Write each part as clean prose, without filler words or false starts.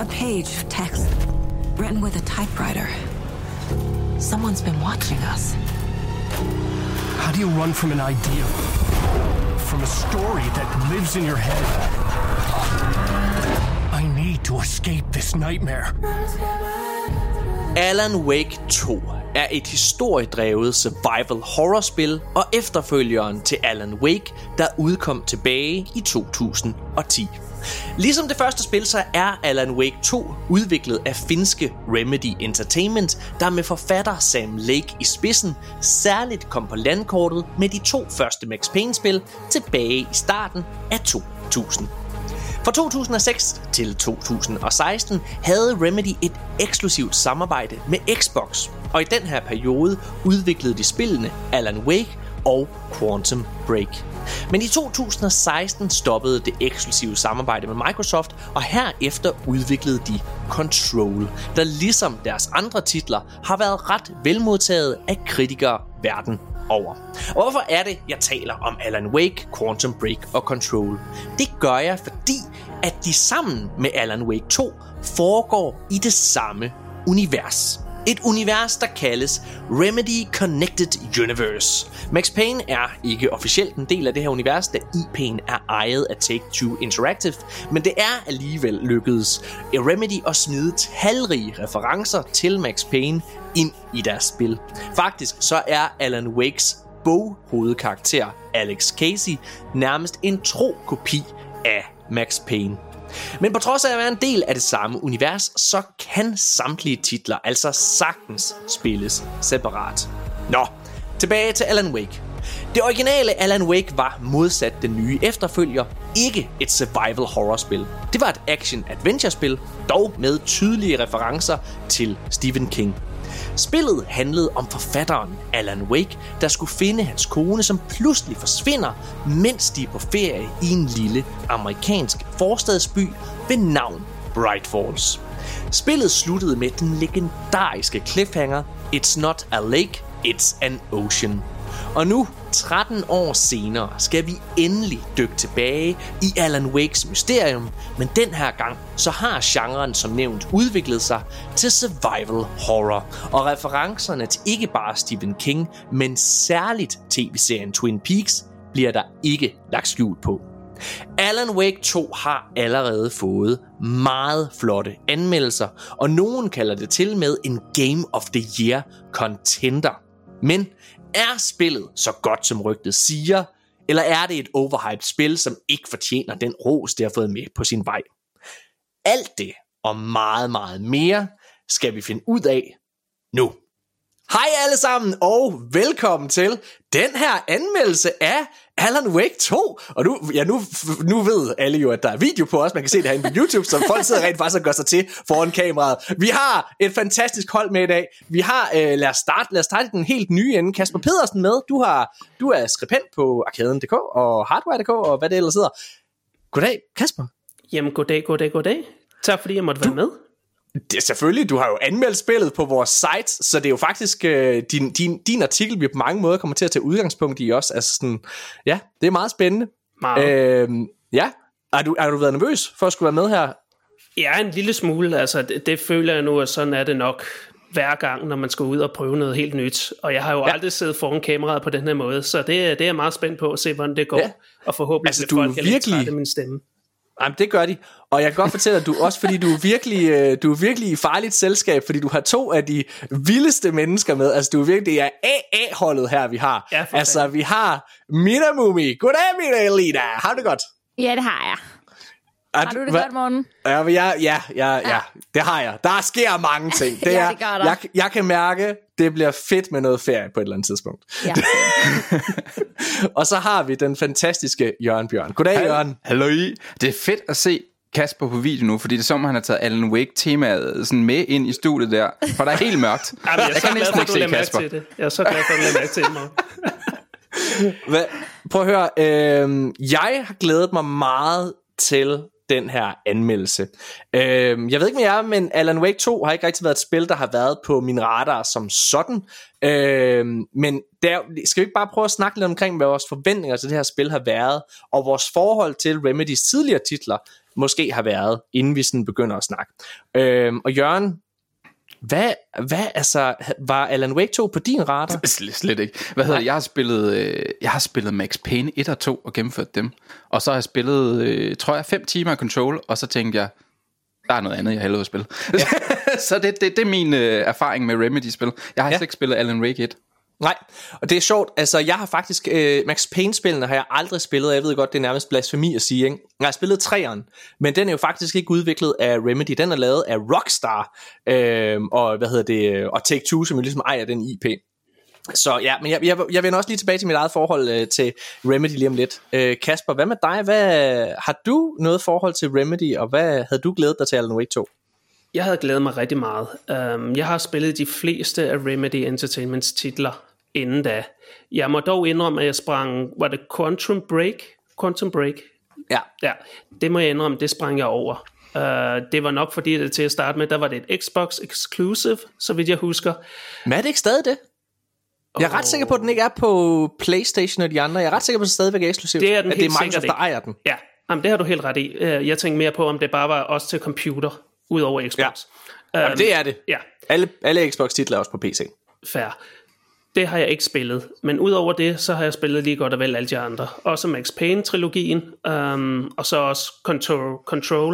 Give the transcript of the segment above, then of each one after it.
page of text written with a typewriter. Someone's been watching us. How do you run from an idea? From a story that lives in your head? I need to escape this nightmare. Alan Wake 2 er et historiedrevet survival horror-spil og efterfølgeren til Alan Wake, der udkom tilbage i 2010. Ligesom det første spil, så er Alan Wake 2 udviklet af finske Remedy Entertainment, der med forfatter Sam Lake i spidsen særligt kom på landkortet med de 2 første Max Payne-spil tilbage i starten af 2000. Fra 2006 til 2016 havde Remedy et eksklusivt samarbejde med Xbox, og i den her periode udviklede de spillene Alan Wake og Quantum Break. Men i 2016 stoppede det eksklusive samarbejde med Microsoft, og herefter udviklede de Control, der ligesom deres andre titler har været ret velmodtaget af kritikere verden over. Og hvorfor er det, jeg taler om Alan Wake, Quantum Break og Control? Det gør jeg, fordi at de sammen med Alan Wake 2 foregår i det samme univers. Et univers, der kaldes Remedy Connected Universe. Max Payne er ikke officielt en del af det her univers, da IP'en er ejet af Take-Two Interactive, men det er alligevel lykkedes Remedy at smide talrige referencer til Max Payne ind i deres spil. Faktisk så er Alan Wakes boghovedkarakter Alex Casey nærmest en tro kopi af Max Payne. Men på trods af at være en del af det samme univers, så kan samtlige titler altså sagtens spilles separat. Nå, tilbage til Alan Wake. Det originale Alan Wake var modsat den nye efterfølger ikke et survival horror-spil. Det var et action-adventure-spil, dog med tydelige referencer til Stephen King. Spillet handlede om forfatteren Alan Wake, der skulle finde hans kone, som pludselig forsvinder, mens de er på ferie i en lille amerikansk forstadsby ved navn Bright Falls. Spillet sluttede med den legendariske cliffhanger It's not a lake, it's an ocean. Og nu, 13 år senere, skal vi endelig dykke tilbage i Alan Wakes mysterium, men den her gang, så har genren som nævnt udviklet sig til survival horror, og referencerne til ikke bare Stephen King, men særligt tv-serien Twin Peaks, bliver der ikke lagt skjul på. Alan Wake 2 har allerede fået meget flotte anmeldelser, og nogen kalder det til med en Game of the Year contender. Men er spillet så godt som rygtet siger, eller er det et overhyped spil, som ikke fortjener den ros, det har fået med på sin vej? Alt det og meget, meget mere skal vi finde ud af nu. Hej alle sammen, og velkommen til den her anmeldelse af Alan Wake 2. Og nu ved alle jo, at der er video på os. Man kan se det herinde på YouTube, så folk sidder rent faktisk og gør sig til foran kameraet. Vi har et fantastisk hold med i dag. Vi har, lad os starte den helt nye ende. Kasper Pedersen med. Du er skribent på Arkaden.dk og Hardware.dk og hvad det ellers hedder. Goddag, Kasper. Jamen, goddag. Tak fordi jeg måtte være med. Det, selvfølgelig, du har jo anmeldt spillet på vores site, så det er jo faktisk din artikel, vi på mange måder kommer til at tage udgangspunkt i også. Altså sådan, ja, det er meget spændende. Ja, har du været nervøs for at skulle være med her? Ja, en lille smule. Altså, det føler jeg nu, at sådan er det nok hver gang, når man skal ud og prøve noget helt nyt. Og jeg har jo aldrig siddet foran kameraet på den her måde, så det er jeg meget spændt på at se, hvordan det går. Ja. Og forhåbentlig altså, bliver folk lidt trætte af min stemme. Jamen, det gør de. Og jeg kan godt fortælle dig, fordi du er virkelig i farligt selskab, fordi du har 2 af de vildeste mennesker med. Altså, du er virkelig, det er AA-holdet her, vi har. Ja, altså, vi har Mina Mumi. Goddag, Mina Elina. Har du det godt? Ja, det har jeg. Har du det godt, morgen? Ja, det har jeg. Der sker mange ting. Det er, jeg kan mærke, det bliver fedt med noget ferie på et eller andet tidspunkt. Ja. Og så har vi den fantastiske Jørgen Bjørn. Goddag, Jørgen. Hallo I. Det er fedt at se Kasper på video nu, fordi det er som, han har taget Alan Wake-temaet sådan med ind i studiet der. For der er helt mørkt. Jamen, jeg kan næsten ikke se Kasper. Jeg er så glad for, at du lader mærke til det. Prøv at høre. Jeg har glædet mig meget til den her anmeldelse. Jeg ved ikke med jer, men Alan Wake 2 har ikke rigtig været et spil, der har været på min radar som sådan. Men skal vi ikke bare prøve at snakke lidt omkring, hvad vores forventninger til det her spil har været, og vores forhold til Remedys tidligere titler måske har været, inden vi sådan begynder at snakke. Og Jørgen, hvad altså, var Alan Wake 2 på din radar? Slet ikke. Jeg har spillet Max Payne 1 og 2 og gennemført dem. Og så har jeg spillet, tror jeg, 5 timer af Control, og så tænkte jeg, der er noget andet, jeg hellere vil spille. Ja. Så det er min erfaring med Remedy-spil. Jeg har slet ikke spillet Alan Wake 1. Nej, og det er sjovt, altså jeg har faktisk Max Payne-spillene har jeg aldrig spillet. Jeg ved godt, det er nærmest blasfemi at sige, ikke? Jeg har spillet 3'eren, men den er jo faktisk ikke udviklet af Remedy. Den er lavet af Rockstar og og Take-Two, som jo ligesom ejer den IP. Så ja, men jeg vender også lige tilbage til mit eget forhold til Remedy lige om lidt. Kasper, hvad med dig? Har du noget forhold til Remedy, og hvad havde du glædet dig til Alan Wake 2? Jeg havde glædet mig rigtig meget. Jeg har spillet de fleste af Remedy Entertainments titler inden da. Jeg må dog indrømme, at jeg sprang, var det Quantum Break? Ja, det må jeg indrømme, det sprang jeg over. Det var nok fordi, det til at starte med, der var det et Xbox exclusive, så vidt jeg husker. Men er det ikke stadig det? Jeg er ret sikker på, at den ikke er på PlayStation og de andre. Jeg er ret sikker på, at det stadigvæk er eksklusivt. Det er den, at det er Microsoft, der ejer den. Ja, jamen, det har du helt ret i. Jeg tænkte mere på, om det bare var også til computer, ud over Xbox. Ja. Jamen, det er det. Ja. Alle Xbox-titler er også på PC. Fair. Det har jeg ikke spillet. Men udover det, så har jeg spillet lige godt og vel alle de andre. Også Max Payne-trilogien, og så også Control.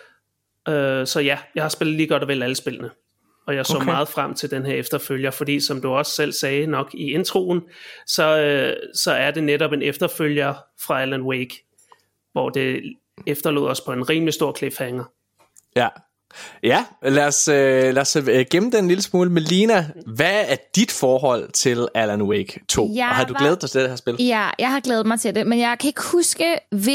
Så ja, jeg har spillet lige godt og vel alle spillene. Og jeg så meget frem til den her efterfølger, fordi som du også selv sagde nok i introen, så er det netop en efterfølger fra Alan Wake, hvor det efterlod os på en rimelig stor cliffhanger. Ja, lad os gemme den en lille smule. Melina, hvad er dit forhold til Alan Wake 2? Og har du glædet dig til det her spil? Ja, jeg har glædet mig til det, men jeg kan ikke huske,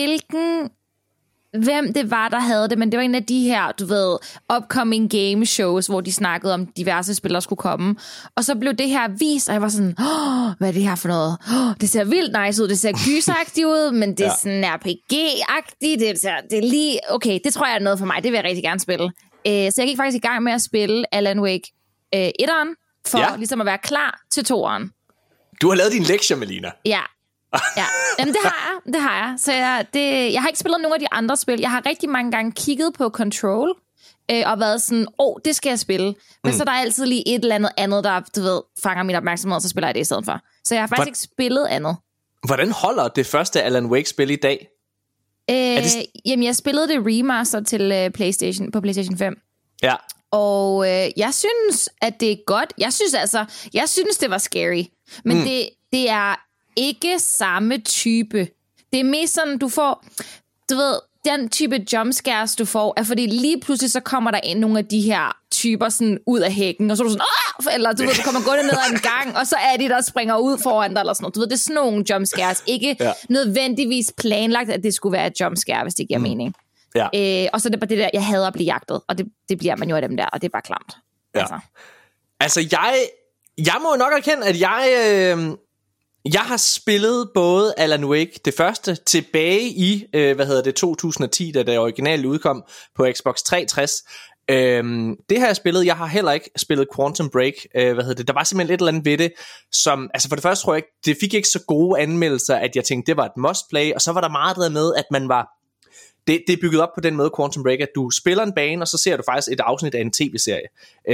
hvem det var, der havde det, men det var en af de her, du ved, upcoming game shows, hvor de snakkede om diverse spil, der skulle komme. Og så blev det her vist, og jeg var sådan, hvad er det her for noget? Det ser vildt nice ud, det ser gyseragtigt ud, men det er sådan RPG-agtigt, det er lige, okay, det tror jeg er noget for mig, det vil jeg rigtig gerne spille. Så jeg gik faktisk i gang med at spille Alan Wake 1'eren, for ligesom at være klar til 2'eren. Du har lavet din lektier, Melina. Ja. Jamen, det har jeg. Så jeg har ikke spillet nogen af de andre spil. Jeg har rigtig mange gange kigget på Control og været sådan, det skal jeg spille. Men så er der altid lige et eller andet, der, du ved, fanger min opmærksomhed, og så spiller jeg det i stedet for. Så jeg har faktisk ikke spillet andet. Hvordan holder det første Alan Wake-spil i dag? Jamen, jeg spillede det remaster til PlayStation på PlayStation 5. Ja. Og jeg synes, at det er godt. Jeg synes, det var scary. Men det er ikke samme type. Det er mest sådan, du får, du ved, den type jumpscares, du får, er fordi lige pludselig så kommer der ind nogle af de her typer sådan ud af hækken, og så er du sådan, eller du ved, du kommer gående ned ad en gang, og så er de, der springer ud foran dig, eller sådan noget. Du ved, det er sådan nogle jumpscares. Ikke nødvendigvis planlagt, at det skulle være et jumpscare, hvis det giver mening. Ja. Og så er det bare det der, jeg hader at blive jagtet, og det bliver man jo af dem der, og det er bare klamt. Ja. Altså jeg må jo nok erkende, at jeg har spillet både Alan Wake, det første, tilbage i 2010, da det originale udkom på Xbox 360. Det har jeg spillet. Jeg har heller ikke spillet Quantum Break. Der var simpelthen et eller andet ved det, som, altså for det første tror jeg ikke, det fik ikke så gode anmeldelser, at jeg tænkte, det var et must play, og så var der meget der med, at man var, det er bygget op på den måde, Quantum Break, at du spiller en bane, og så ser du faktisk et afsnit af en tv-serie.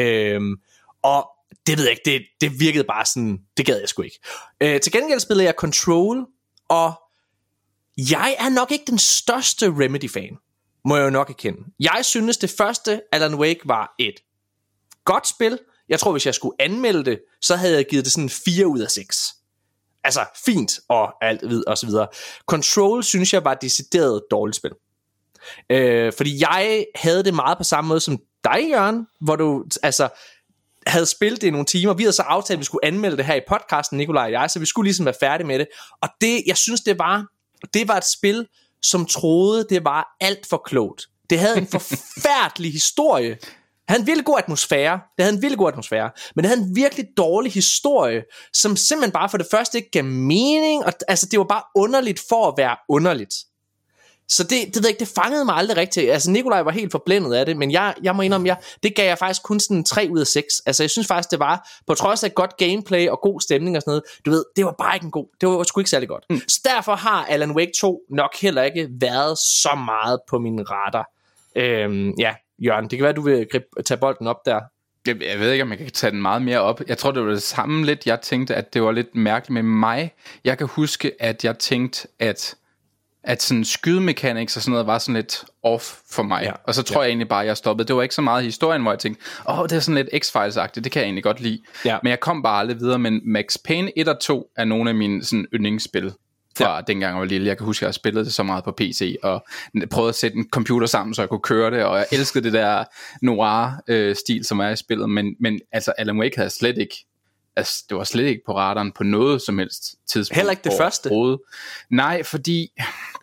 Og det ved jeg ikke, det virkede bare sådan, det gad jeg sgu ikke. Til gengæld spillede jeg Control, og jeg er nok ikke den største Remedy-fan, må jeg jo nok erkende. Jeg synes, det første Alan Wake var et godt spil. Jeg tror, hvis jeg skulle anmelde det, så havde jeg givet det sådan 4 ud af 6. Altså, fint, og alt og så videre. Control synes jeg var et decideret dårligt spil. Fordi jeg havde det meget på samme måde som dig, Jørgen, hvor du, altså, havde spillet det i nogle timer. Vi havde så aftalt, at vi skulle anmelde det her i podcasten, Nikolaj og jeg, så vi skulle ligesom være færdige med det. Og det, jeg synes, det var et spil, som troede, det var alt for klogt. Det havde en forfærdelig historie. Det havde en virkelig god atmosfære. Men det havde en virkelig dårlig historie, som simpelthen bare for det første ikke gav mening. Og, altså, det var bare underligt for at være underligt. Så det ved jeg ikke, det fangede mig aldrig rigtigt. Altså Nikolaj var helt forblændet af det, men jeg må indrømme, det gav jeg faktisk kun sådan 3 ud af 6. Altså jeg synes faktisk, det var, på trods af godt gameplay og god stemning og sådan noget, du ved, det var bare ikke det var sgu ikke særlig godt. Så derfor har Alan Wake 2 nok heller ikke været så meget på min radar. Ja, Jørgen, det kan være, du vil tage bolden op der. Jeg ved ikke, om jeg kan tage den meget mere op. Jeg tror, det var det samme lidt. Jeg tænkte, at det var lidt mærkeligt med mig. Jeg kan huske, at jeg tænkte, at sådan skydemekaniks og sådan noget var sådan lidt off for mig. Ja. Og så tror jeg egentlig bare, at jeg stoppede. Det var ikke så meget historien, hvor jeg tænkte, det er sådan lidt X-Files-agtigt, det kan jeg egentlig godt lide. Ja. Men jeg kom bare aldrig videre. Men Max Payne 1 og 2 er nogle af mine sådan yndlingsspil fra dengang jeg var lille. Jeg kan huske, at jeg spillede det så meget på PC, og prøvede at sætte en computer sammen, så jeg kunne køre det, og jeg elskede det der noir-stil, som er i spillet. Men altså, Alan Wake havde slet ikke, altså, det var slet ikke på radaren på noget som helst tidspunkt. Heller ikke det første? Nej, fordi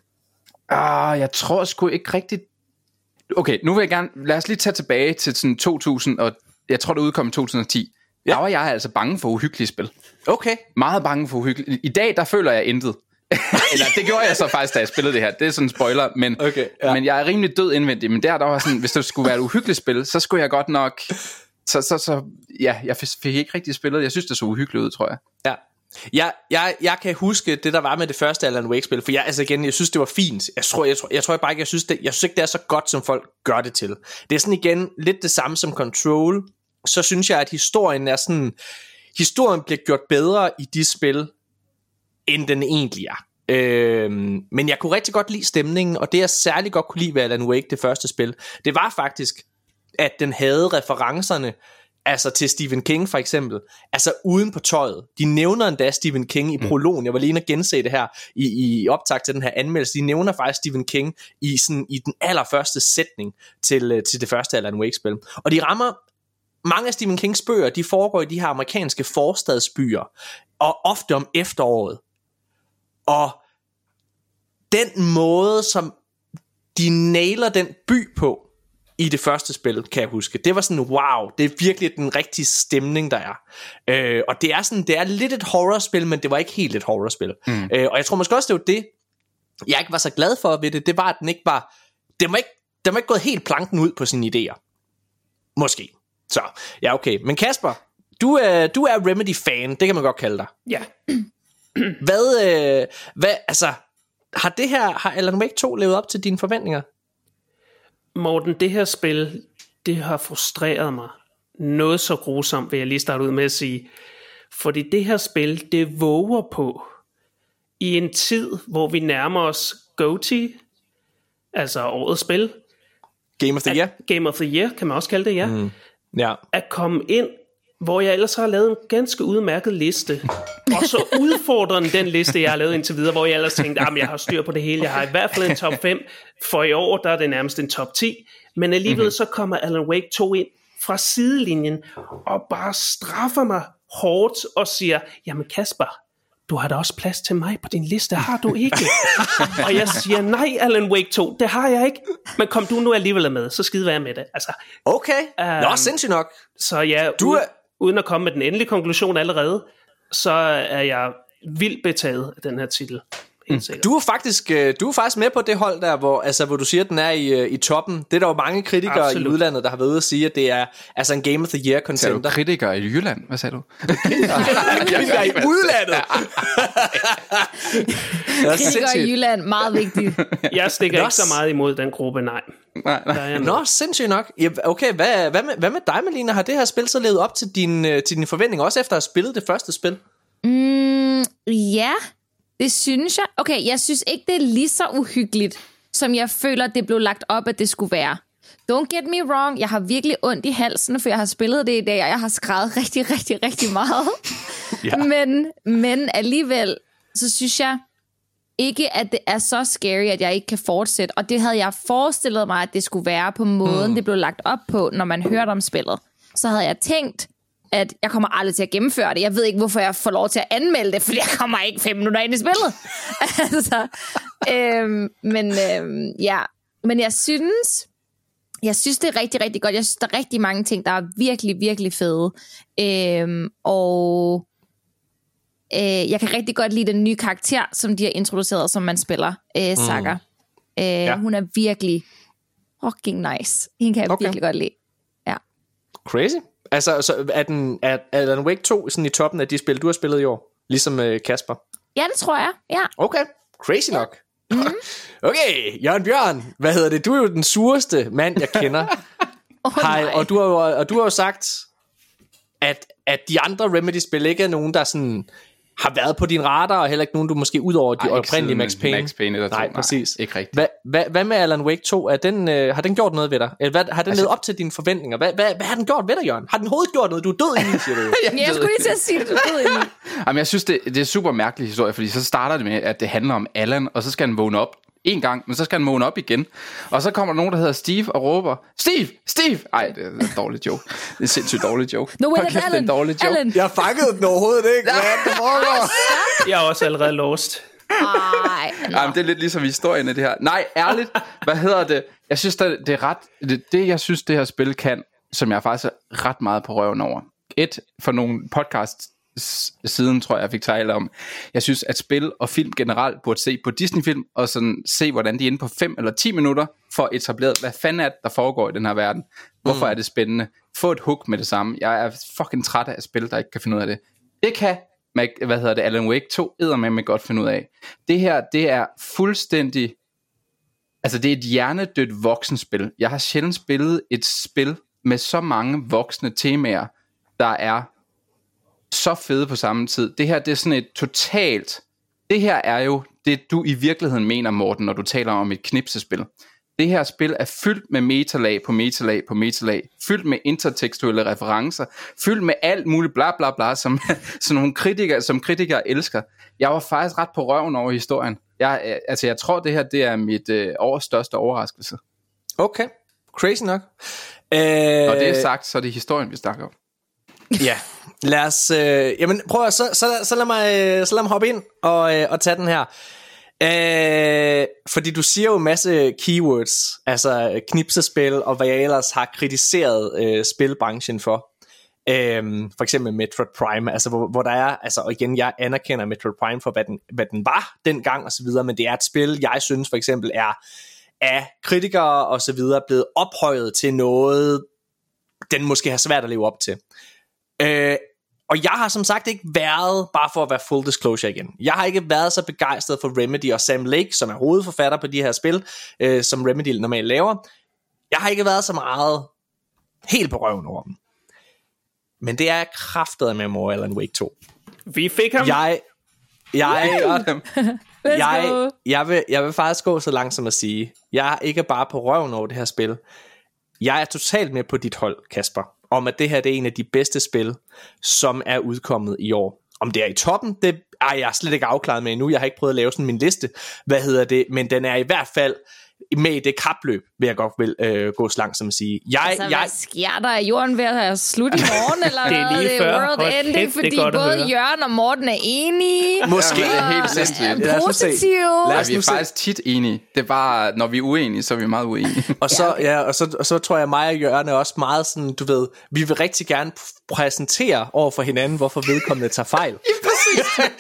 jeg tror sgu ikke rigtigt. Okay, nu vil jeg gerne, lad os lige tage tilbage til sådan 2000, og jeg tror det udkom i 2010. Der var jeg altså bange for uhyggelige spil. Okay. Meget bange for uhyggelige. I dag, der føler jeg intet. Eller det gjorde jeg så faktisk, da jeg spillede det her. Det er sådan en spoiler, men jeg er rimelig død indvendig. Men der var sådan, hvis det skulle være et uhyggeligt spil, så skulle jeg godt nok. Så jeg fik ikke rigtig spillet. Jeg synes det så uhyggeligt ud, tror jeg. Ja. Jeg kan huske det der var med det første Alan Wake spil, for jeg synes det var fint. Jeg tror bare ikke, jeg synes ikke det er så godt som folk gør det til. Det er sådan igen lidt det samme som Control. Så synes jeg at historien bliver gjort bedre i de spil end den egentlig er. Men jeg kunne rigtig godt lide stemningen, og det jeg særlig godt kunne lide ved Alan Wake, det første spil, det var faktisk at den havde referencerne altså til Stephen King for eksempel, altså uden på tøjet. De nævner endda Stephen King i prologen. Jeg var lige inde og gense det her i optakt til den her anmeldelse. De nævner faktisk Stephen King i den allerførste sætning til det første Alan Wake-spil. Og de rammer mange af Stephen Kings bøger, de foregår i de her amerikanske forstadsbyer, og ofte om efteråret. Og den måde, som de nailer den by på i det første spil, kan jeg huske, det var sådan, wow, det er virkelig den rigtige stemning, der er. Og det er lidt et horrorspil, men det var ikke helt et horrorspil. Og jeg tror måske også, det var det, jeg ikke var så glad for ved det, det var, at den ikke var, den var ikke gået helt planken ud på sine idéer. Måske. Så, ja okay. Men Kasper, du er Remedy-fan, det kan man godt kalde dig. Ja. Hvad, altså, har Alan Wake 2 levet op til dine forventninger? Morten, det her spil, det har frustreret mig noget så grusomt, vil jeg lige starte ud med at sige. Fordi det her spil, det våger på i en tid, hvor vi nærmer os GOTY, altså årets spil. Game of the Year. Game of the Year, kan man også kalde det, ja. Ja. At komme ind, hvor jeg ellers har lavet en ganske udmærket liste, og så udfordrer den liste, jeg har lavet indtil videre, hvor jeg ellers tænkte, jeg har styr på det hele, jeg har i hvert fald en top 5, for i år, der er det nærmest en top 10, men alligevel så kommer Alan Wake 2 ind fra sidelinjen, og bare straffer mig hårdt, og siger, jamen Kasper, du har da også plads til mig på din liste, har du ikke? Og jeg siger, nej Alan Wake 2, det har jeg ikke, men kom du nu alligevel med, så skide være med det. Altså, okay, nå sindssygt nok. Så ja, uden at komme med den endelige konklusion allerede, så er jeg vildt betaget af den her titel. Du er faktisk med på det hold der, hvor du siger, at den er i toppen. Det er der jo mange kritikere i udlandet, der har været ude at sige, at det er altså en Game of the Year contender. Sagde du kritikere i Jylland? Hvad sagde du? Kritikere i udlandet. Kritikere i Jylland, meget vigtigt. Jeg stikker ikke så meget imod den gruppe, nej. Nå, sindssygt nok. Okay, hvad med dig, Melina? Har det her spil så levet op til dine forventninger, også efter at have spillet det første spil? Ja, det synes jeg. Okay, jeg synes ikke, det er lige så uhyggeligt, som jeg føler, det blev lagt op, at det skulle være. Don't get me wrong, jeg har virkelig ondt i halsen, for jeg har spillet det i dag, og jeg har skrevet rigtig, rigtig, rigtig meget. Ja. Men alligevel, så synes jeg ikke, at det er så scary, at jeg ikke kan fortsætte. Og det havde jeg forestillet mig, at det skulle være på måden, det blev lagt op på, når man hørte om spillet. Så havde jeg tænkt, at jeg kommer aldrig til at gennemføre det. Jeg ved ikke, hvorfor jeg får lov til at anmelde det, fordi jeg kommer ikke 5 minutter ind i spillet. Altså, ja. Men jeg synes, det er rigtig, rigtig godt. Jeg synes, der er rigtig mange ting, der er virkelig, virkelig fede. Og jeg kan rigtig godt lide den nye karakter, som de har introduceret, som man spiller, Saga. Hun er virkelig fucking nice. Hende kan jeg virkelig godt lide. Ja. Crazy. Altså, så er Alan Wake 2 sådan i toppen af de spil, du har spillet i år? Ligesom Kasper? Ja, det tror jeg. Ja. Okay, crazy nok. Okay, Jørgen Bjørn, hvad hedder det? Du er jo den sureste mand, jeg kender. Og du har jo sagt, at de andre Remedy-spil ikke er nogen, der sådan har været på din radar, og heller ikke nogen, du måske ud over de oprindelige Max Payne. Max Payne eller nej, præcis. Ikke rigtigt. Hvad med Alan Wake 2? Har den gjort noget ved dig? Eller har den levet op til dine forventninger? Hvad har den gjort ved dig, Jørgen? Har den overhovedet gjort noget? Du er død i den, siger du. Jeg skulle lige til at sige, at du er død i den. Jamen, jeg synes, det er super mærkelig historie, fordi så starter det med, at det handler om Alan, og så skal han vågne op en gang, men så skal han vågne op igen. Og så kommer der nogen, der hedder Steve og råber, Steve! Ej, det er en dårlig joke. Det er en sindssygt dårlig joke. No, wait, det er en dårlig joke. Alan. Jeg fangede den overhovedet ikke. Hvad er det foregår? Jeg er også allerede lost. Jamen, det er lidt ligesom historien af det her. Nej, ærligt, hvad hedder det? Jeg synes, det er ret... Det, jeg synes, det her spil kan, som jeg faktisk er ret meget på røven over. For nogle podcasts siden, tror jeg fik tale om. Jeg synes, at spil og film generelt burde se på Disney-film, og sådan se, hvordan de er inde på 5 eller 10 minutter, for etableret, hvad fanden er det, der foregår i den her verden. Hvorfor er det spændende? Få et hook med det samme. Jeg er fucking træt af spil, der ikke kan finde ud af det. Det kan, Alan Wake 2 eddermame godt finde ud af. Det her, det er fuldstændig... Altså, det er et hjernedødt voksenspil. Jeg har sjældent spillet et spil med så mange voksne temaer, der er så fede på samme tid. Det her, det er sådan et totalt... Det her er jo det, du i virkeligheden mener, Morten, når du taler om et knipsespil. Det her spil er fyldt med metalag på metalag på metalag, fyldt med intertekstuelle referencer, fyldt med alt muligt bla bla bla, som nogle kritikere elsker. Jeg var faktisk ret på røven over historien. Jeg tror, det her, det er mit års største overraskelse. Okay, crazy nok. Når det er sagt, så er det historien, vi snakker om. Ja, lad os... jamen, prøv at... Så lad mig hoppe ind og tage den her. Fordi du siger jo en masse keywords, altså knipsespil, og hvad jeg ellers har kritiseret spilbranchen for. For eksempel Metroid Prime, altså hvor der er, altså og igen, jeg anerkender Metroid Prime for hvad den var dengang og så videre, men det er et spil, jeg synes for eksempel er af kritikere og så videre blevet ophøjet til noget, den måske har svært at leve op til. Og jeg har som sagt ikke været, bare for at være full disclosure igen, jeg har ikke været så begejstret for Remedy og Sam Lake, som er hovedforfatter på de her spil, som Remedy normalt laver. Jeg har ikke været så meget helt på røven over dem. Men det er kraftet med mor Alan Wake 2. Vi fik ham. Jeg vil faktisk gå så langt som at sige, jeg er ikke bare på røven over det her spil. Jeg er totalt med på dit hold, Kasper, om at det her det er en af de bedste spil, som er udkommet i år. Om det er i toppen, det er jeg slet ikke afklaret med endnu. Jeg har ikke prøvet at lave sådan min liste, men den er i hvert fald med i det kapløb, vil jeg godt gå så langt som at sige. Hvad sker der? Er jorden ved at slutte i morgen, eller det er lige før world ending, fordi både Jørgen og Morten er enige? Måske. Det er helt sindssygt. Positivt. Vi er faktisk tit enige. Det er bare, når vi er uenige, så er vi meget uenige. Og så tror jeg, mig og Jørgen er også meget sådan, du ved, vi vil rigtig gerne præsentere over for hinanden, hvorfor vedkommende tager fejl. Ja, præcis.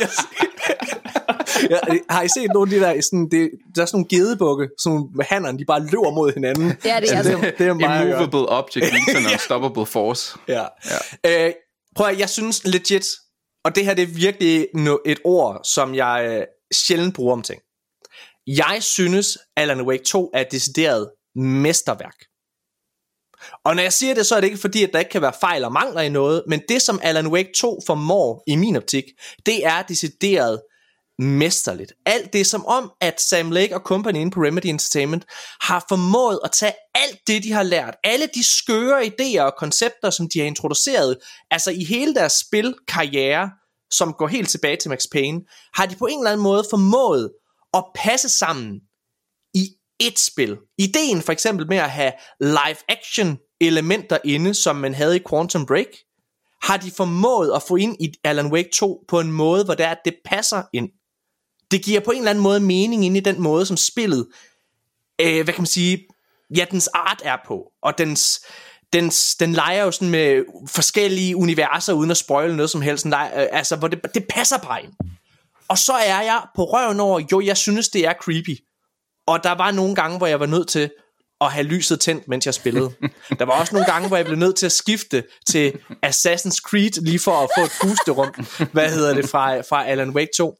Ja, har I set nogle af de der sådan, der er sådan nogle gedebukke, som hannerne, de bare løber mod hinanden. Ja, det er det er meget immovable object meets an unstoppable force. Ja. Prøv at, jeg synes legit, og det her det er virkelig et ord, som jeg sjældent bruger om ting. Jeg synes, Alan Wake 2 er et decideret mesterværk. Og når jeg siger det, så er det ikke fordi, at der ikke kan være fejl og mangler i noget, men det som Alan Wake 2 formår i min optik, det er decideret mesterligt. Alt det som om, at Sam Lake og company inde på Remedy Entertainment har formået at tage alt det, de har lært, alle de skøre idéer og koncepter, som de har introduceret, altså i hele deres spilkarriere, som går helt tilbage til Max Payne, har de på en eller anden måde formået at passe sammen i et spil. Ideen for eksempel med at have live-action elementer inde, som man havde i Quantum Break, har de formået at få ind i Alan Wake 2 på en måde, hvor det passer ind. Det giver på en eller anden måde mening ind i den måde, som spillet, hvad kan man sige, ja, dens art er på. Og den leger jo sådan med forskellige universer, uden at spoile noget som helst. Altså, hvor det passer bare ind. Og så er jeg på røven over, jo, jeg synes, det er creepy. Og der var nogle gange, hvor jeg var nødt til at have lyset tændt, mens jeg spillede. Der var også nogle gange, hvor jeg blev nødt til at skifte til Assassin's Creed, lige for at få et pusterum, fra Alan Wake 2.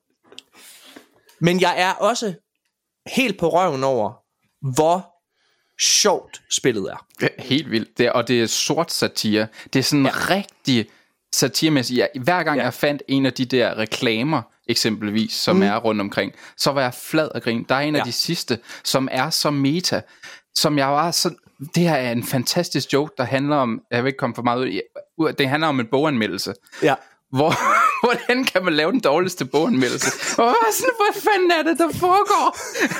Men jeg er også helt på røven over, hvor sjovt spillet er. Helt vildt. Og det er sort satire. Det er sådan rigtig satiremæssigt. Hver gang jeg fandt en af de der reklamer, eksempelvis, som er rundt omkring, så var jeg flad af grin. Der er en af de sidste, som er så meta, som jeg var så... Det her er en fantastisk joke, der handler om... Jeg vil ikke komme for meget ud. Det handler om en boganmeldelse. Ja. Hvordan kan man lave den dårligste boganmeldelse? Hvad fanden er det, der foregår?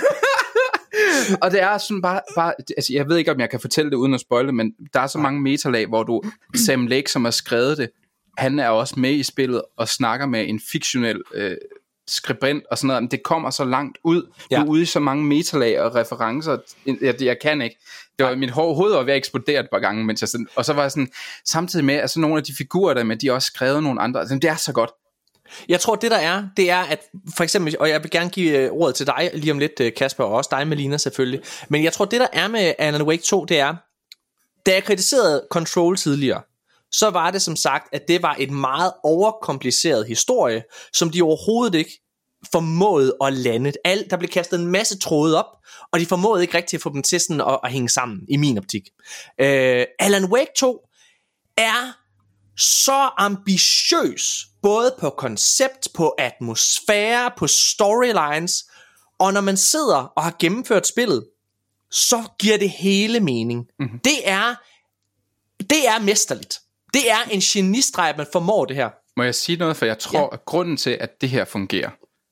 Og det er sådan bare altså jeg ved ikke, om jeg kan fortælle det uden at spoile, men der er så mange metalag, hvor Sam Lake, som har skrevet det, han er også med i spillet og snakker med en fiktionel skribent og sådan noget. Men det kommer så langt ud. Du er ude i så mange metalag og referencer. Jeg kan ikke. Det var, mit hoved var ved at eksplodere et par gange, mens jeg sådan, og så var jeg sådan, samtidig med, altså nogle af de figurer der med, de har også skrevet nogle andre. Altså, det er så godt. Jeg tror, det er, at for eksempel, og jeg vil gerne give ordet til dig lige om lidt, Kasper, og også dig, Melina, selvfølgelig. Men jeg tror, det der er med Alan Wake 2, det er, da jeg kritiserede Control tidligere, så var det som sagt, at det var et meget overkompliceret historie, som de overhovedet ikke formåede at lande. Der blev kastet en masse tråde op, og de formåede ikke rigtig at få dem til sådan at hænge sammen, i min optik. Alan Wake 2 er så ambitiøs, både på koncept, på atmosfære, på storylines, og når man sidder og har gennemført spillet, så giver det hele mening. Mm-hmm. Det er mesterligt. Det er en genistreg, at man formår det her. Må jeg sige noget, for jeg tror, at grunden til, at det her fungerer,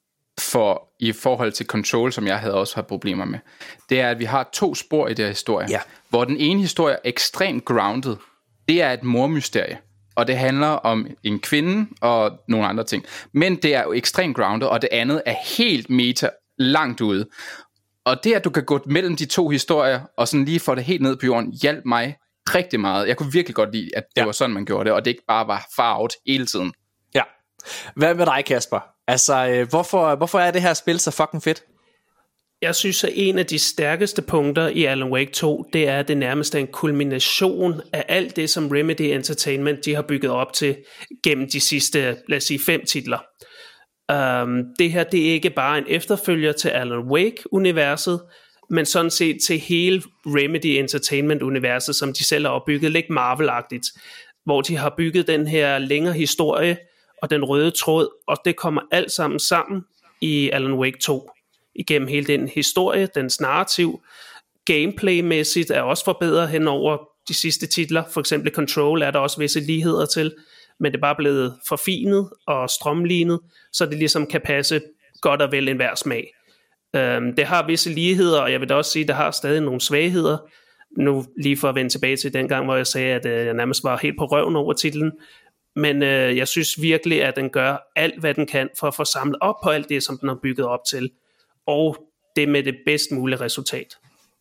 i forhold til Control, som jeg havde også haft problemer med, det er, at vi har 2 spor i det her historie, hvor den ene historie er ekstremt grounded. Det er et mormysterie, og det handler om en kvinde og nogle andre ting. Men det er jo ekstremt grounded, og det andet er helt meta, langt ude. Og det, at du kan gå mellem de 2 historier, og sådan lige få det helt ned på jorden, hjalp mig rigtig meget. Jeg kunne virkelig godt lide, at det var sådan, man gjorde det, og det ikke bare var far out hele tiden. Ja. Hvad med dig, Kasper? Altså, hvorfor er det her spil så fucking fedt? Jeg synes, at en af de stærkeste punkter i Alan Wake 2, det er, at det nærmest er en kulmination af alt det, som Remedy Entertainment de har bygget op til gennem de sidste, lad os sige, 5 titler. Det her, det er ikke bare en efterfølger til Alan Wake-universet, men sådan set til hele Remedy Entertainment-universet, som de selv har opbygget, lidt Marvel-agtigt, hvor de har bygget den her længere historie og den røde tråd, og det kommer alt sammen i Alan Wake 2. Igennem hele den historie, dens narrativ, gameplaymæssigt er også forbedret hen over de sidste titler. For eksempel Control er der også visse ligheder til, men det er bare blevet forfinet og strømlignet, så det ligesom kan passe godt og vel enhver smag. Det har visse ligheder, og jeg vil da også sige, at det har stadig nogle svagheder. Nu lige for at vende tilbage til den gang, hvor jeg sagde, at jeg nærmest var helt på røven over titlen. Men jeg synes virkelig, at den gør alt, hvad den kan for at få samlet op på alt det, som den har bygget op til. Og det med det bedst mulige resultat.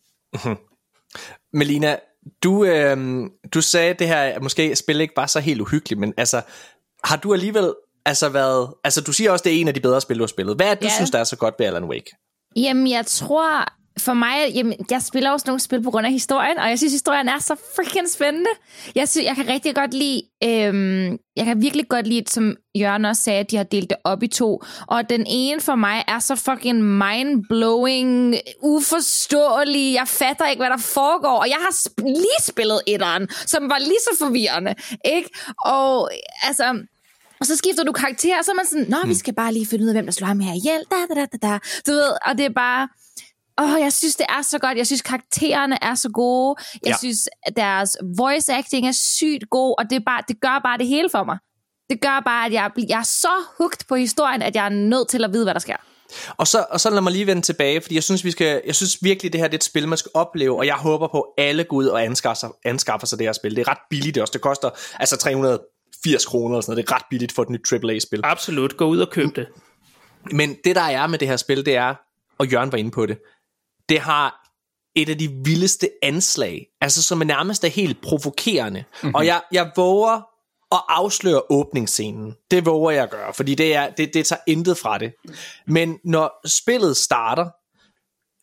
Melina, du sagde, at det her måske spil ikke var så helt uhyggeligt, men altså, har du alligevel været... Altså, du siger også, det er en af de bedre spil, du har spillet. Hvad er det, du synes, der er så godt ved Alan Wake? Jamen, jeg tror... For mig, jeg spiller også nogle spil på grund af historien, og jeg synes, historien er så freaking spændende. Jeg kan rigtig godt lide, jeg kan virkelig godt lide, som Jørgen også sagde, at de har delt det op i 2, og den ene for mig er så fucking mind-blowing, uforståelig, jeg fatter ikke, hvad der foregår, og jeg har lige spillet etteren, som var lige så forvirrende, ikke? Og altså... Og så skifter du karakter, og så er man sådan, vi skal bare lige finde ud af, hvem der slår ham her ihjel, du ved, og det er bare... jeg synes, det er så godt. Jeg synes, karaktererne er så gode. Jeg synes, at deres voice acting er sygt god, og det gør bare det hele for mig. Det gør bare, at jeg er så hooked på historien, at jeg er nødt til at vide, hvad der sker. Og så lad mig lige vende tilbage, fordi jeg synes virkelig, det her det er et spil, man skal opleve, og jeg håber på, at alle går ud og anskaffer sig det her spil. Det er ret billigt også. Det koster altså 380 kroner eller sådan noget. Det er ret billigt for et nyt AAA-spil. Absolut. Gå ud og køb det. Men det, der er med det her spil, det er, og Jørgen var inde på det, det har et af de vildeste anslag, altså som er nærmest er helt provokerende. Mm-hmm. Og jeg våger at afsløre åbningsscenen. Det våger jeg at gøre, fordi det tager intet fra det. Men når spillet starter,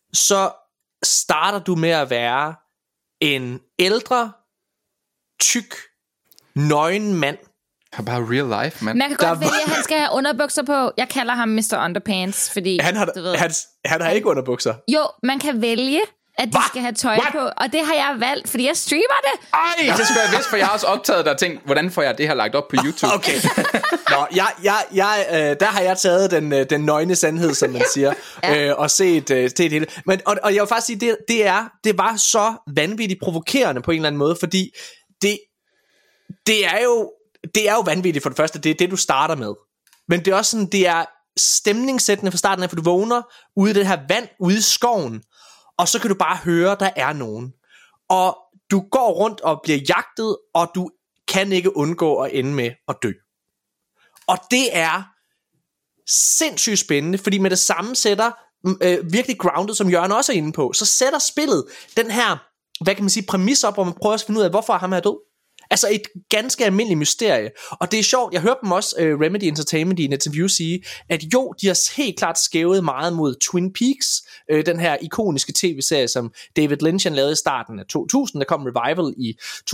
så starter du med at være en ældre, tyk, nøgen mand. Bare real life, mand. Man kan godt vælge, at han skal have underbukser på. Jeg kalder ham Mr. Underpants, fordi... Han har ikke underbukser. Jo, man kan vælge, at de skal have tøj på, og det har jeg valgt, fordi jeg streamer det. Ej, det skulle jeg vidste, for jeg har også optaget der og tænkt, hvordan får jeg det her lagt op på YouTube? Okay. Nå, der har jeg taget den nøgne sandhed, som man siger, og set hele. Men, og jeg vil faktisk sige, det var så vanvittigt provokerende på en eller anden måde, fordi det er jo vanvittigt for det første, det er det, du starter med. Men det er også sådan, det er stemningssættende fra starten af, for du vågner ude i det her vand, ude i skoven, og så kan du bare høre, der er nogen. Og du går rundt og bliver jagtet, og du kan ikke undgå at ende med at dø. Og det er sindssygt spændende, fordi med det samme sætter, virkelig grounded, som Jørgen også er inde på, så sætter spillet den her, hvad kan man sige, præmis op, hvor man prøver at finde ud af, hvorfor ham er død. Altså et ganske almindeligt mysterie. Og det er sjovt, jeg hørte dem også, Remedy Entertainment i en interview sige, at jo, de har helt klart skævet meget mod Twin Peaks, den her ikoniske tv-serie, som David Lynch lavede i starten af 2000. Der kom en revival i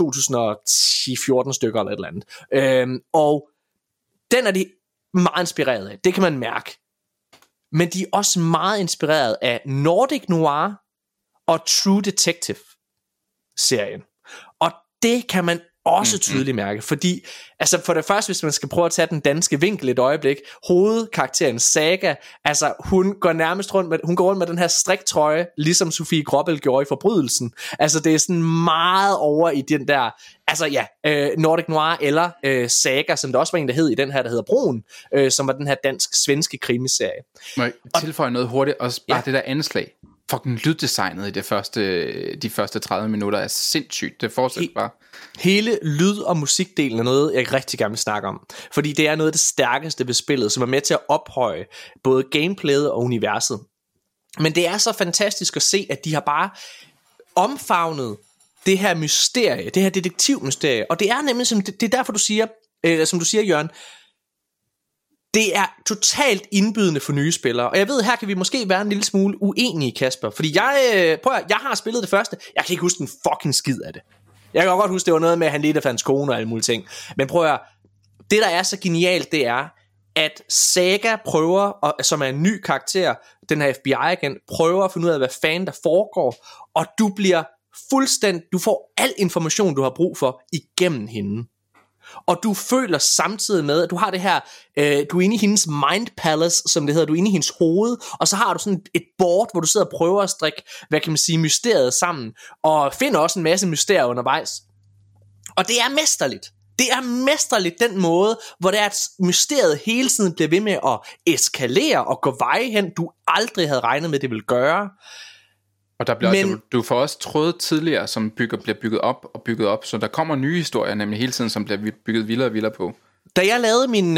2010-14 stykker eller et eller andet. Og den er de meget inspireret af, det kan man mærke. Men de er også meget inspireret af Nordic Noir og True Detective-serien. Og det kan man også tydeligt mærke, fordi altså for det første, hvis man skal prøve at tage den danske vinkel et øjeblik, hovedkarakteren Saga, altså hun går rundt med den her striktrøje, ligesom Sofie Gråbøl gjorde i Forbrydelsen. Altså det er sådan meget over i den der, altså ja, Nordic Noir eller Saga, som der også var en, der hed i den her, der hedder Broen, som var den her dansk-svenske krimiserie. Må jeg tilføje noget hurtigt, også bare det der anslag. Fucking lyddesignet i de første 30 minutter er sindssygt. Det fortsætter bare. Hele lyd- og musikdelen er noget, jeg rigtig gerne vil snakke om. Fordi det er noget af det stærkeste ved spillet, som er med til at ophøje både gameplayet og universet. Men det er så fantastisk at se, at de har bare omfavnet det her mysterie, det her detektivmysterie. Og det er nemlig, det er derfor du siger, som du siger, Jørgen, det er totalt indbydende for nye spillere. Og jeg ved, her kan vi måske være en lille smule uenige, Kasper. Fordi jeg har spillet det første. Jeg kan ikke huske en fucking skid af det. Jeg kan godt huske, det var noget med, at han lidt af hans kone og alle mulige ting. Men prøv at det, der er så genialt, det er, at Saga prøver, som er en ny karakter, den her FBI-agent, prøver at finde ud af, hvad fanden der foregår. Og du får al information, du har brug for, igennem hende. Og du føler samtidig med, at du har det her, du er inde i hendes mind palace, som det hedder, du er inde i hendes hoved, og så har du sådan et board, hvor du sidder og prøver at strikke, hvad kan man sige, mysteriet sammen, og finder også en masse mysterier undervejs. Og det er mesterligt. Det er mesterligt den måde, hvor det er, at mysteriet hele tiden bliver ved med at eskalere og gå veje hen, du aldrig havde regnet med, det ville gøre. Og der bliver du får også tråde tidligere, som bliver bygget op, så der kommer nye historier, nemlig hele tiden, som bliver bygget vildere og vildere på. Da jeg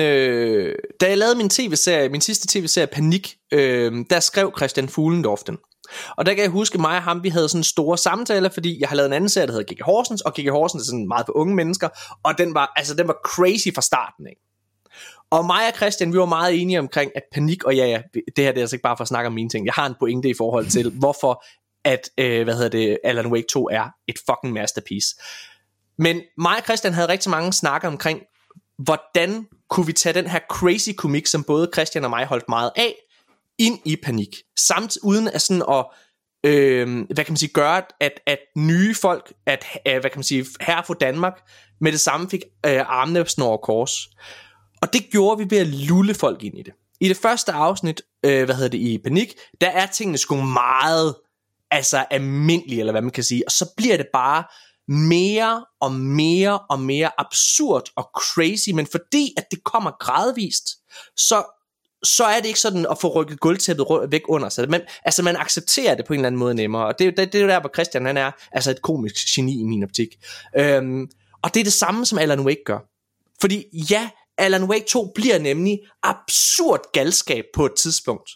lavede min tv-serie, min sidste tv-serie Panik, der skrev Christian Fuglendorf den. Og der kan jeg huske, mig og ham, vi havde sådan store samtaler, fordi jeg har lavet en anden serie, der hedder G.G. Horsens, og G.G. Horsens er sådan meget for unge mennesker, og den var crazy fra starten, ikke? Og mig og Christian, vi var meget enige omkring, at Panik, og ja, det her det er altså ikke bare for at snakke om mine ting, jeg har en pointe i forhold til, hvorfor at, Alan Wake 2 er et fucking masterpiece. Men mig og Christian havde rigtig mange snakker omkring, hvordan kunne vi tage den her crazy komik, som både Christian og mig holdt meget af, ind i Panik. Samt uden at sådan at, hvad kan man sige, gøre, at nye folk, hvad kan man sige, her fra Danmark, med det samme fik armene over kors. Og det gjorde vi ved at lulle folk ind i det. I det første afsnit, i Panik, der er tingene sgu meget almindelige, eller hvad man kan sige. Og så bliver det bare mere og mere og mere absurd og crazy, men fordi at det kommer gradvist, så er det ikke sådan at få rykket gulvtæppet væk under sig. Man accepterer det på en eller anden måde nemmere, og det er jo der, hvor Christian han er et komisk geni i min optik. Og det er det samme, som Alan Wake gør. Fordi ja, Alan Wake 2 bliver nemlig absurd galskab på et tidspunkt.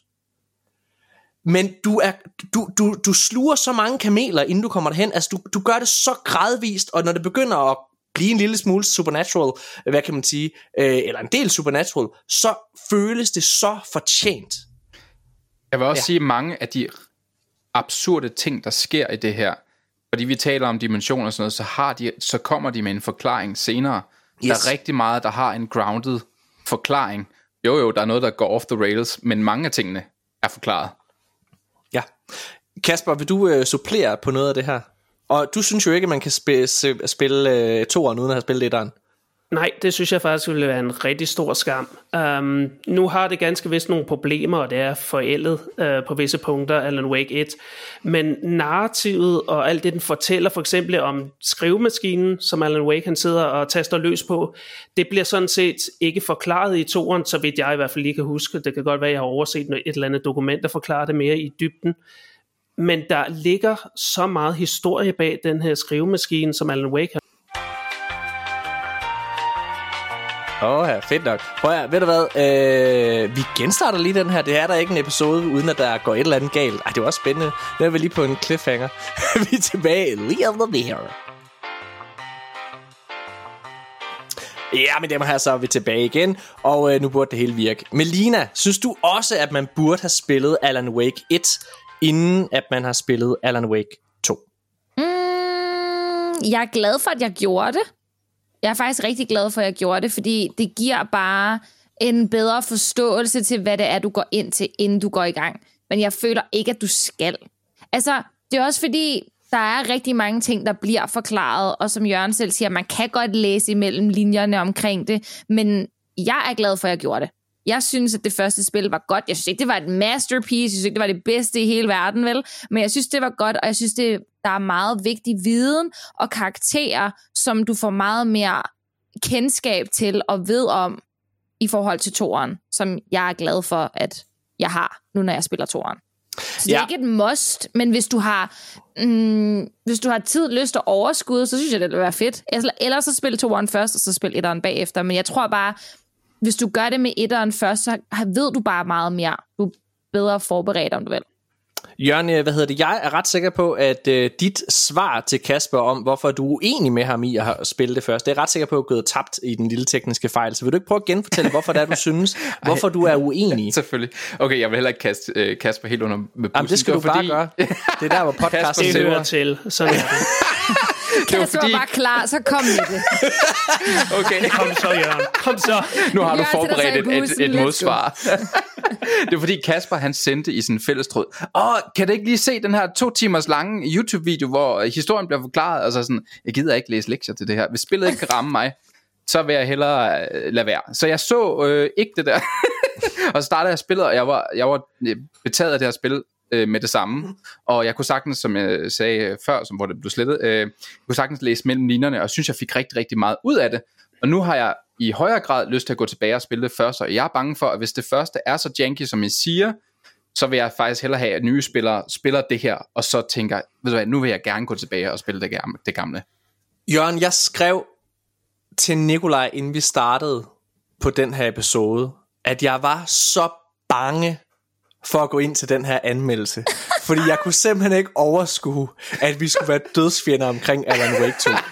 Men du sluger så mange kameler, inden du kommer derhen. Altså du gør det så gradvist, og når det begynder at blive en lille smule supernatural, hvad kan man sige, eller en del supernatural, så føles det så fortjent. Jeg vil også sige, mange af de absurde ting, der sker i det her. Fordi vi taler om dimensioner og sådan noget, så kommer de med en forklaring senere. Yes. Der er rigtig meget, der har en grounded forklaring. Jo, der er noget, der går off the rails, men mange af tingene er forklaret. Ja. Kasper, vil du supplere på noget af det her? Og du synes jo ikke, at man kan spille toeren uden at have spillet etteren. Nej, det synes jeg faktisk ville være en rigtig stor skam. Nu har det ganske vist nogle problemer, og det er forældet på visse punkter, Alan Wake 1. Men narrativet og alt det, den fortæller, for eksempel om skrivemaskinen, som Alan Wake han sidder og taster løs på, det bliver sådan set ikke forklaret i toeren, så vidt jeg i hvert fald lige kan huske. Det kan godt være, at jeg har overset et eller andet dokument, der forklarer det mere i dybden. Men der ligger så meget historie bag den her skrivemaskine, som Alan Wake har. Ja, fedt nok. Prøv at, ved du hvad, vi genstarter lige den her. Det er der ikke en episode, uden at der går et eller andet galt. Ej, det var også spændende. Nu er vi lige på en cliffhanger. Vi er tilbage lige efter det her. Ja, men dem her, så er vi tilbage igen. Og nu burde det hele virke. Melina, synes du også, at man burde have spillet Alan Wake 1, inden at man har spillet Alan Wake 2? Jeg er glad for, at jeg gjorde det. Jeg er faktisk rigtig glad for, at jeg gjorde det, fordi det giver bare en bedre forståelse til, hvad det er, du går ind til, inden du går i gang. Men jeg føler ikke, at du skal. Altså, det er også fordi, der er rigtig mange ting, der bliver forklaret, og som Jørgen selv siger, man kan godt læse imellem linjerne omkring det, men jeg er glad for, at jeg gjorde det. Jeg synes, at det første spil var godt. Jeg synes ikke, det var et masterpiece. Jeg synes ikke, det var det bedste i hele verden, vel? Men jeg synes, det var godt, og jeg synes, der er meget vigtig viden og karakterer, som du får meget mere kendskab til og ved om i forhold til toeren, som jeg er glad for, at jeg har, nu når jeg spiller toeren. Så det er ikke et must, men hvis du har tid, lyst og overskud, så synes jeg, det vil være fedt. Ellers så spil toeren først, og så spil etteren bagefter. Men jeg tror bare, hvis du gør det med etteren først, så ved du bare meget mere. Du er bedre forberedt, om du vil. Jørgen, jeg er ret sikker på, at dit svar til Kasper om, hvorfor du er uenig med ham i at spille det først, det er ret sikker på at gå tabt i den lille tekniske fejl. Så vil du ikke prøve at genfortælle, hvorfor det er, du synes, hvorfor du er uenig? Selvfølgelig. Okay, jeg vil heller ikke kaste Kasper helt under med bussen. Jamen, det skal du bare gøre. Det er der, hvor podcasten det hører til. Sådan er det. Kasper var bare klar, så kom med det. Okay. Kom så, Jørgen. Kom så. Nu har du forberedt et modsvar. Det er fordi Kasper, han sendte i sin fællestråd, kan du ikke lige se den her 2 timers lange YouTube-video, hvor historien bliver forklaret? Og så sådan, jeg gider ikke læse lektier til det her. Hvis spillet ikke kan ramme mig, så vil jeg hellere lade være. Så jeg så ikke det der. Og så startede jeg spillet, og jeg var betaget af det her spil med det samme. Og jeg kunne sagtens, som jeg sagde før, hvor det blev slettet, kunne sagtens læse mellem linjerne, og synes, jeg fik rigtig, rigtig meget ud af det. Og nu har jeg i højere grad lyst til at gå tilbage og spille det først, og jeg er bange for, at hvis det første er så janky, som I siger, så vil jeg faktisk hellere have, at nye spillere spiller det her, og så tænker, ved du hvad, nu vil jeg gerne gå tilbage og spille det gamle. Jørgen, jeg skrev til Nikolaj, inden vi startede på den her episode, at jeg var så bange for at gå ind til den her anmeldelse. Fordi jeg kunne simpelthen ikke overskue, at vi skulle være dødsfjender omkring Alan Wake 2.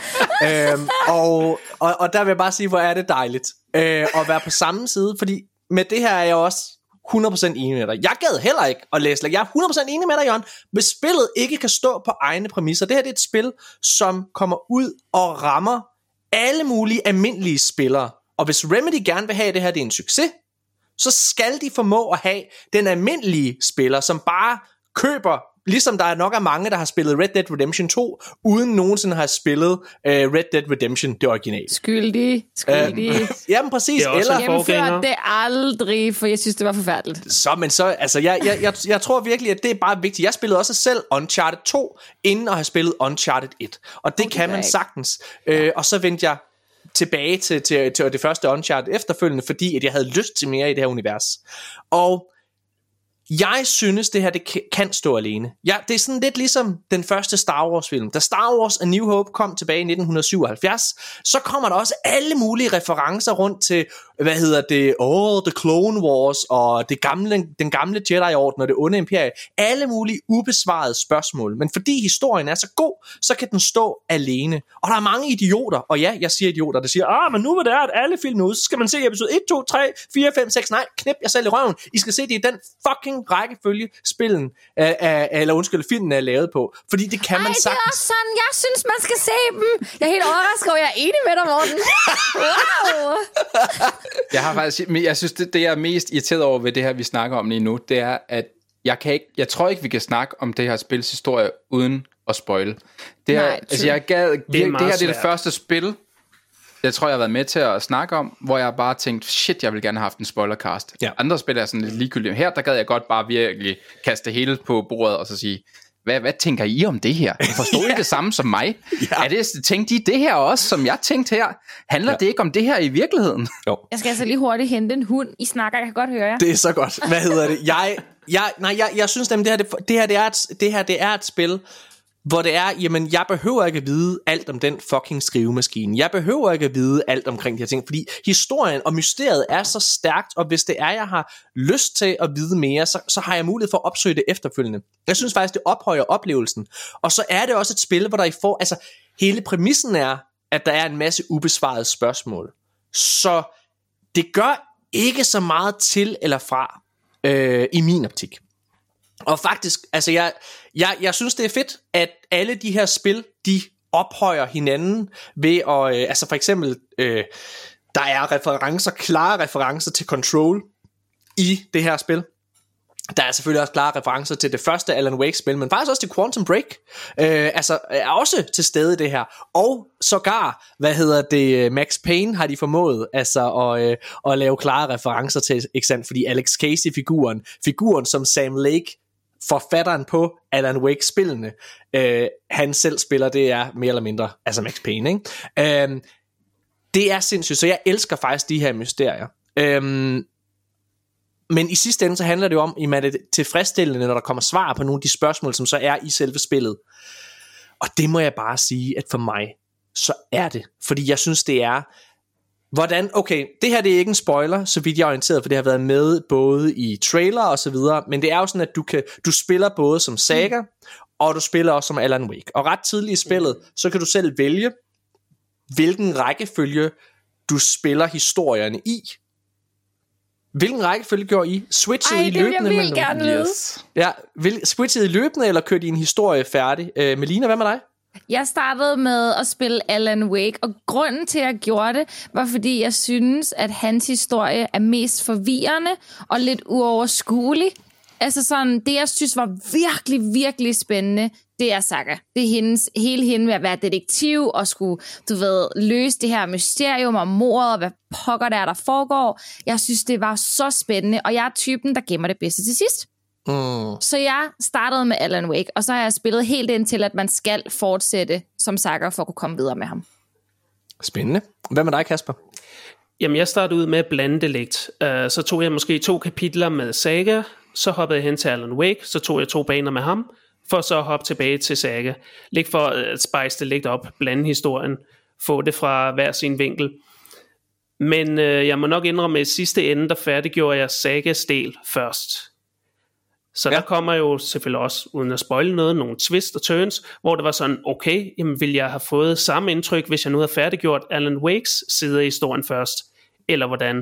Og der vil jeg bare sige, hvor er det dejligt at være på samme side, fordi med det her er jeg også 100% enig med dig. Jeg gad heller ikke at læse. Jeg er 100% enig med dig, Jørgen. Hvis spillet ikke kan stå på egne præmisser, det her det er et spil, som kommer ud og rammer alle mulige almindelige spillere. Og hvis Remedy gerne vil have, at det her det er en succes, så skal de formå at have den almindelige spiller, som bare køber, ligesom der er nok af mange, der har spillet Red Dead Redemption 2, uden nogensinde har spillet Red Dead Redemption, det originale. Skyldig. Jamen præcis. Eller gennemførte det aldrig, for jeg synes, det var forfærdeligt. Jeg tror virkelig, at det er bare vigtigt. Jeg spillede også selv Uncharted 2, inden at have spillet Uncharted 1. Og det kan man sagtens. Og så vendte jeg tilbage til det første Uncharted efterfølgende, fordi at jeg havde lyst til mere i det her univers. Og jeg synes, det her det kan stå alene. Ja, det er sådan lidt ligesom den første Star Wars film. Da Star Wars A New Hope kom tilbage i 1977, så kommer der også alle mulige referencer rundt til, The Clone Wars og den gamle Jedi-orden og det onde imperie. Alle mulige ubesvarede spørgsmål. Men fordi historien er så god, så kan den stå alene. Og der er mange idioter, og ja, jeg siger idioter, der siger, men nu hvor det er, at alle film ud, så skal man se episode 1, 2, 3, 4, 5, 6. Nej, knip jer selv i røven. I skal se det i den fucking hvilken rækkefølge filmen er lavet på. Fordi det kan man sagtens. Det er også sådan, jeg synes, man skal se dem. Jeg er helt overrasket, og jeg er enig med dig, Morten. Wow. Jeg synes, det jeg er mest irriteret over ved det her, vi snakker om lige nu, det er, at jeg tror ikke, vi kan snakke om det her spils historie uden at spoile. Det her er det første spil, jeg tror, jeg har været med til at snakke om, hvor jeg bare tænkte, shit, jeg vil gerne have haft en spoilercast. Ja. Andre spil er sådan lidt ligegyldigt. Her, der gad jeg godt bare virkelig kaste hele på bordet og så sige, hvad tænker I om det her? Forstår I det samme som mig? Tænkte I det her også, som jeg tænkte her? Handler det ikke om det her i virkeligheden? Jo. Jeg skal altså lige hurtigt hente en hund. I snakker, jeg kan godt høre jer. Det er så godt. Hvad hedder det? Jeg synes nemlig, det her er et spil, hvor det er, jamen, jeg behøver ikke at vide alt om den fucking skrivemaskine. Jeg behøver ikke at vide alt omkring de her ting, fordi historien og mysteriet er så stærkt, og hvis det er, jeg har lyst til at vide mere, så har jeg mulighed for at opsøge det efterfølgende. Jeg synes faktisk, det ophøjer oplevelsen. Og så er det også et spil, hvor der hele præmissen er, at der er en masse ubesvarede spørgsmål. Så det gør ikke så meget til eller fra i min optik. Og faktisk, altså jeg synes det er fedt, at alle de her spil, de ophøjer hinanden ved at, altså for eksempel, der er klare referencer til Control i det her spil. Der er selvfølgelig også klare referencer til det første Alan Wake-spil, men faktisk også til Quantum Break, altså er også til stede i det her. Og sågar, Max Payne har de formået altså at lave klare referencer til, ikke sandt? Fordi Alex Casey-figuren som Sam Lake, forfatteren på Alan Wake-spillene, han selv spiller, det er mere eller mindre, altså Max Payne, ikke? Det er sindssygt, så jeg elsker faktisk de her mysterier. Men i sidste ende, så handler det jo om, at det er tilfredsstillende, når der kommer svar på nogle af de spørgsmål, som så er i selve spillet. Og det må jeg bare sige, at for mig, så er det. Fordi jeg synes, det er, det her det er ikke en spoiler, så vidt jeg er orienteret, for det har været med både i trailer og så videre, men det er jo sådan, at du spiller både som Saga, og du spiller også som Alan Wake. Og ret tidligt i spillet, så kan du selv vælge, hvilken rækkefølge du spiller historierne i. Hvilken rækkefølge gjorde I? Switchede I løbende? Jeg vil gerne vide. Ja, switchede I løbende, eller kørte I en historie færdig? Melina, hvad med dig? Jeg startede med at spille Alan Wake, og grunden til, at jeg gjorde det, var fordi jeg synes, at hans historie er mest forvirrende og lidt uoverskuelig. Altså sådan, det jeg synes var virkelig, virkelig spændende, det er Saga. Det er hele hende med at være detektiv og skulle, løse det her mysterium om mordet og hvad pokker der foregår. Jeg synes, det var så spændende, og jeg er typen, der gemmer det bedste til sidst. Så jeg startede med Alan Wake, og så har jeg spillet helt indtil, at man skal fortsætte som Saga for at kunne komme videre med ham. Spændende. Hvad med dig, Kasper? Jamen, jeg startede ud med blandelegt. Så tog jeg måske 2 kapitler med Saga, så hoppede jeg hen til Alan Wake, så tog jeg 2 baner med ham, for så at hoppe tilbage til Saga. Lidt for at spice det lidt op, blande historien, få det fra hver sin vinkel. Men jeg må nok indrømme, at i sidste ende, der færdiggjorde jeg Sagas del først. Så der kommer jo selvfølgelig også, uden at spoile noget, nogle twist og turns, hvor det var sådan, okay, jamen vil jeg have fået samme indtryk, hvis jeg nu havde færdiggjort Alan Wakes side af historien først, eller hvordan?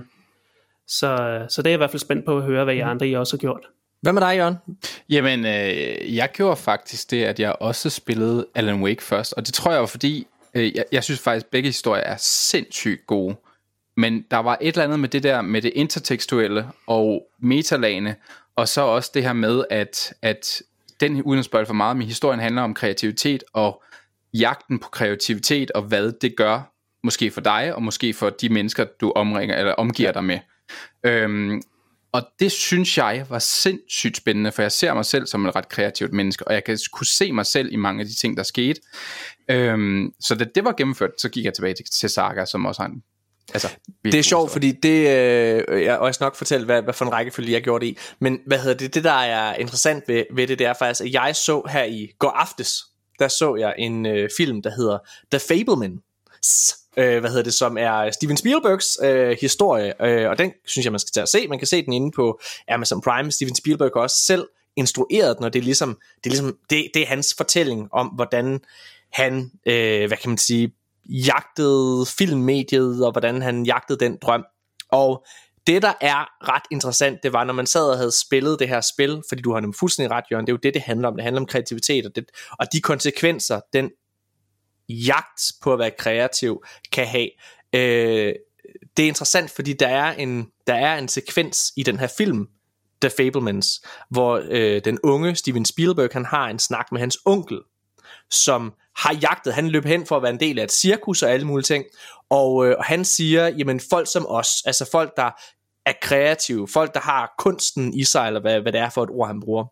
Så det er jeg i hvert fald spændt på at høre, hvad I andre I også har gjort. Hvad med dig, Jørgen? Jamen, jeg gjorde faktisk det, at jeg også spillede Alan Wake først, og det tror jeg var fordi, jeg synes faktisk, begge historier er sindssygt gode, men der var et eller andet med det der, med det intertekstuelle og metalagene, og så også det her med, at den uden at spoil for meget, men historien handler om kreativitet og jagten på kreativitet, og hvad det gør, måske for dig, og måske for de mennesker, du omgiver dig med. Og det synes jeg var sindssygt spændende, for jeg ser mig selv som et ret kreativt menneske, og jeg kunne se mig selv i mange af de ting, der skete. Så da det var gennemført, så gik jeg tilbage til Saga, som også har en... Altså, det er sjovt, fordi det, og jeg skal nok fortælle, hvad for en rækkefølge jeg gjorde det i, men det der er interessant ved det er faktisk, at jeg så her i går aftes, der så jeg en film, der hedder The Fabelmans, som er Steven Spielbergs historie, og den synes jeg, man skal tage at se. Man kan se den inde på Amazon Prime. Steven Spielberg har også selv instrueret den, og det er hans fortælling om, hvordan han, jagtede filmmediet, og hvordan han jagtede den drøm. Og det der er ret interessant, det var, når man sad og havde spillet det her spil, fordi du har nemlig fuldstændig ret, Jørgen, det er jo det handler om. Det handler om kreativitet, og de konsekvenser, den jagt på at være kreativ kan have. Det er interessant, fordi der er en sekvens i den her film, The Fabelmans, hvor den unge Steven Spielberg, han har en snak med hans onkel, som har jagtet, han løb hen for at være en del af et cirkus og alle mulige ting, og han siger, jamen folk som os, altså folk der er kreative, folk der har kunsten i sig, eller hvad det er for et ord han bruger,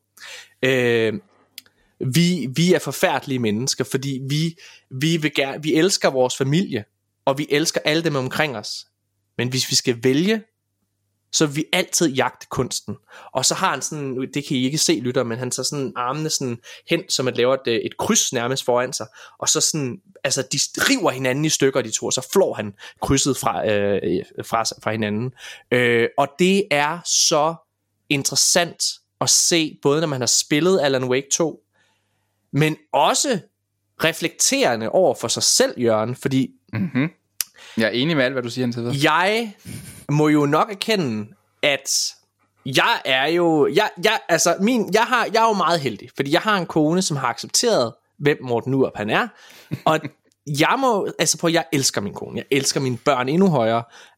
vi er forfærdelige mennesker, fordi vi elsker vores familie, og vi elsker alle dem omkring os, men hvis vi skal vælge, så vil vi altid jagte kunsten. Og så har han sådan, det kan I ikke se, lytter, men han tager sådan armene sådan hen, som at lave et kryds nærmest foran sig, og så sådan, altså de river hinanden i stykker, de to, og så flår han krydset fra hinanden. Og det er så interessant at se, både når man har spillet Alan Wake 2, men også reflekterende over for sig selv, Jørgen, fordi jeg er enig med alt, hvad du siger indtil videre. Jeg må jo nok erkende, at jeg er jo, jeg er jo meget heldig, fordi jeg har en kone, som har accepteret, hvem Morten Urup han er, og jeg elsker min kone, jeg elsker mine børn endnu højere,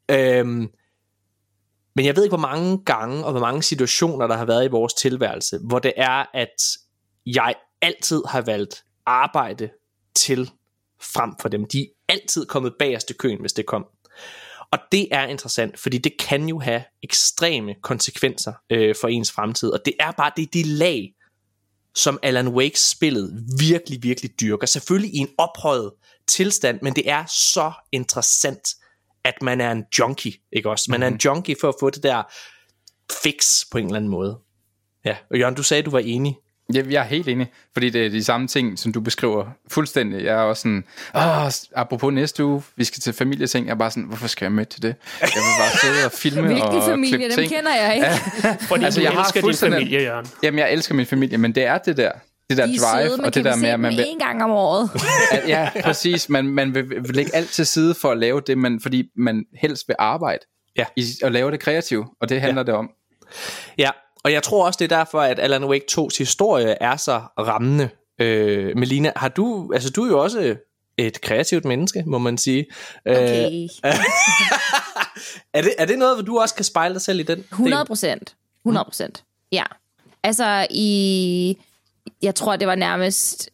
men jeg ved ikke, hvor mange gange og hvor mange situationer, der har været i vores tilværelse, hvor det er, at jeg altid har valgt arbejde til frem for dem. De er altid kommet bagerst i køen, hvis det kom. Og det er interessant, fordi det kan jo have ekstreme konsekvenser for ens fremtid. Og det er bare de lag, som Alan Wake-spillet virkelig, virkelig dyrker. Selvfølgelig i en ophøjet tilstand, men det er så interessant, at man er en junkie, ikke også? Man er en junkie for at få det der fix på en eller anden måde. Ja, og Jørgen, du sagde, du var enig. Ja, jeg er helt enig, fordi det er de samme ting, som du beskriver fuldstændig. Jeg er også sådan, apropos næste uge, vi skal til familieting. Jeg er bare sådan, hvorfor skal jeg med til det? Jeg vil bare sidde og filme og klippe ting. Hvilken familie, dem kender jeg ikke. Fordi altså, jeg elsker din familie, Jørgen. Jamen, jeg elsker min familie, men det er det der drive, og det der med, at man vil... en gang om året. Ja, præcis. Man vil lægge alt til side for at lave det, fordi man helst vil arbejde og lave det kreativt, og det handler det om. Ja. Og jeg tror også, det er derfor, at Alan Wake 2's historie er så rammende. Melina, du er jo også et kreativt menneske, må man sige. Okay. Er det noget, hvor du også kan spejle dig selv i den? 100%. Ja. Altså jeg tror, det var nærmest,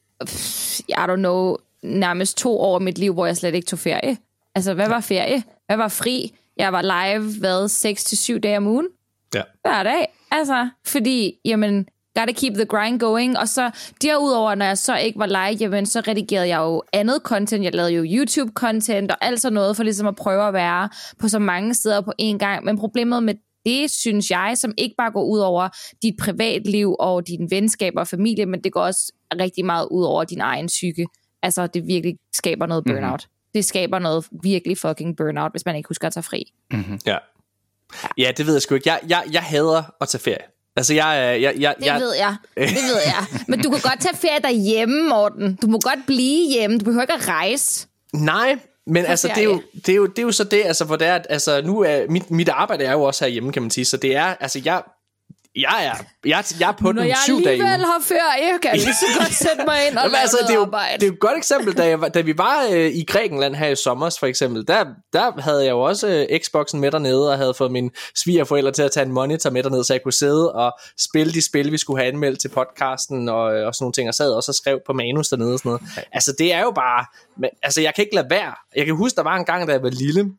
nærmest 2 år af mit liv, hvor jeg slet ikke tog ferie. Altså, hvad var ferie? Hvad var fri? Jeg var live, 6-7 dage om ugen? Ja. Hver dag. Altså, fordi, jamen, gotta keep the grind going. Og så derudover, når jeg så ikke var live, jamen, så redigerede jeg jo andet content. Jeg lavede jo YouTube-content og alt sådan noget, for ligesom at prøve at være på så mange steder på én gang. Men problemet med det, synes jeg, som ikke bare går ud over dit privatliv og dine venskaber og familie, men det går også rigtig meget ud over din egen psyke. Altså, det virkelig skaber noget burnout. Det skaber noget virkelig fucking burnout, hvis man ikke husker at tage fri. Ja, det ved jeg sgu ikke. Jeg hader at tage ferie. Altså, Det ved jeg. Men du kan godt tage ferie derhjemme, Morten. Du må godt blive hjemme. Du behøver ikke at rejse. Nej, men altså, det er jo så det, altså, hvor det er, altså, nu er mit arbejde er jo også herhjemme, kan man sige. Så det er, altså, jeg er på den 7 dage. Når jeg alligevel har ferie, kan jeg lige så godt sætte mig ind og lave noget arbejde. Det er jo et godt eksempel, da vi var i Grækenland her i sommer, for eksempel, der havde jeg jo også Xboxen med dernede, og havde fået mine svigerforældre til at tage en monitor med dernede, så jeg kunne sidde og spille de spil, vi skulle have anmeldt til podcasten, og sådan nogle ting, og sad også og skrev på manus dernede og sådan noget. Altså, det er jo bare, altså, jeg kan ikke lade være. Jeg kan huske, der var en gang, da jeg var lille,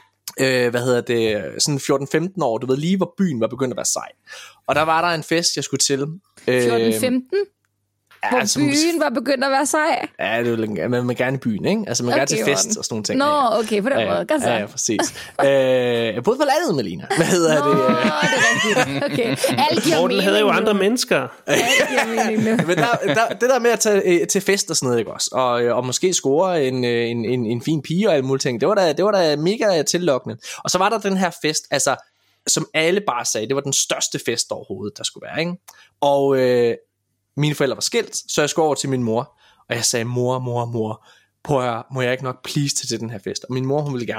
sådan 14-15 år, du ved, lige hvor byen var begyndt at være sej. Og der var der en fest, jeg skulle til. 14-15? Hvor altså, byen var begyndt at være sej? Ja, man vil gerne i byen, ikke? Altså, man vil gerne til fest og sådan nogle ting. Nå, okay, på den måde. Godt så. Ja, præcis. Jeg boede på landet, Melina. Hvad hedder det? Nå, det er rigtigt. Okay. Alt giver Morten havde jo andre mennesker. Alt giver mening nu. Men det der med at tage til fest og sådan noget, ikke også? Og måske score en fin pige og alle mulige ting, det var da mega tillokkende. Og så var der den her fest, altså, som alle bare sagde, det var den største fest overhovedet, der skulle være, ikke? Og mine forældre var skilt, så jeg skulle over til min mor, og jeg sagde, mor, må jeg ikke nok please til den her fest? Og min mor, hun ville gerne.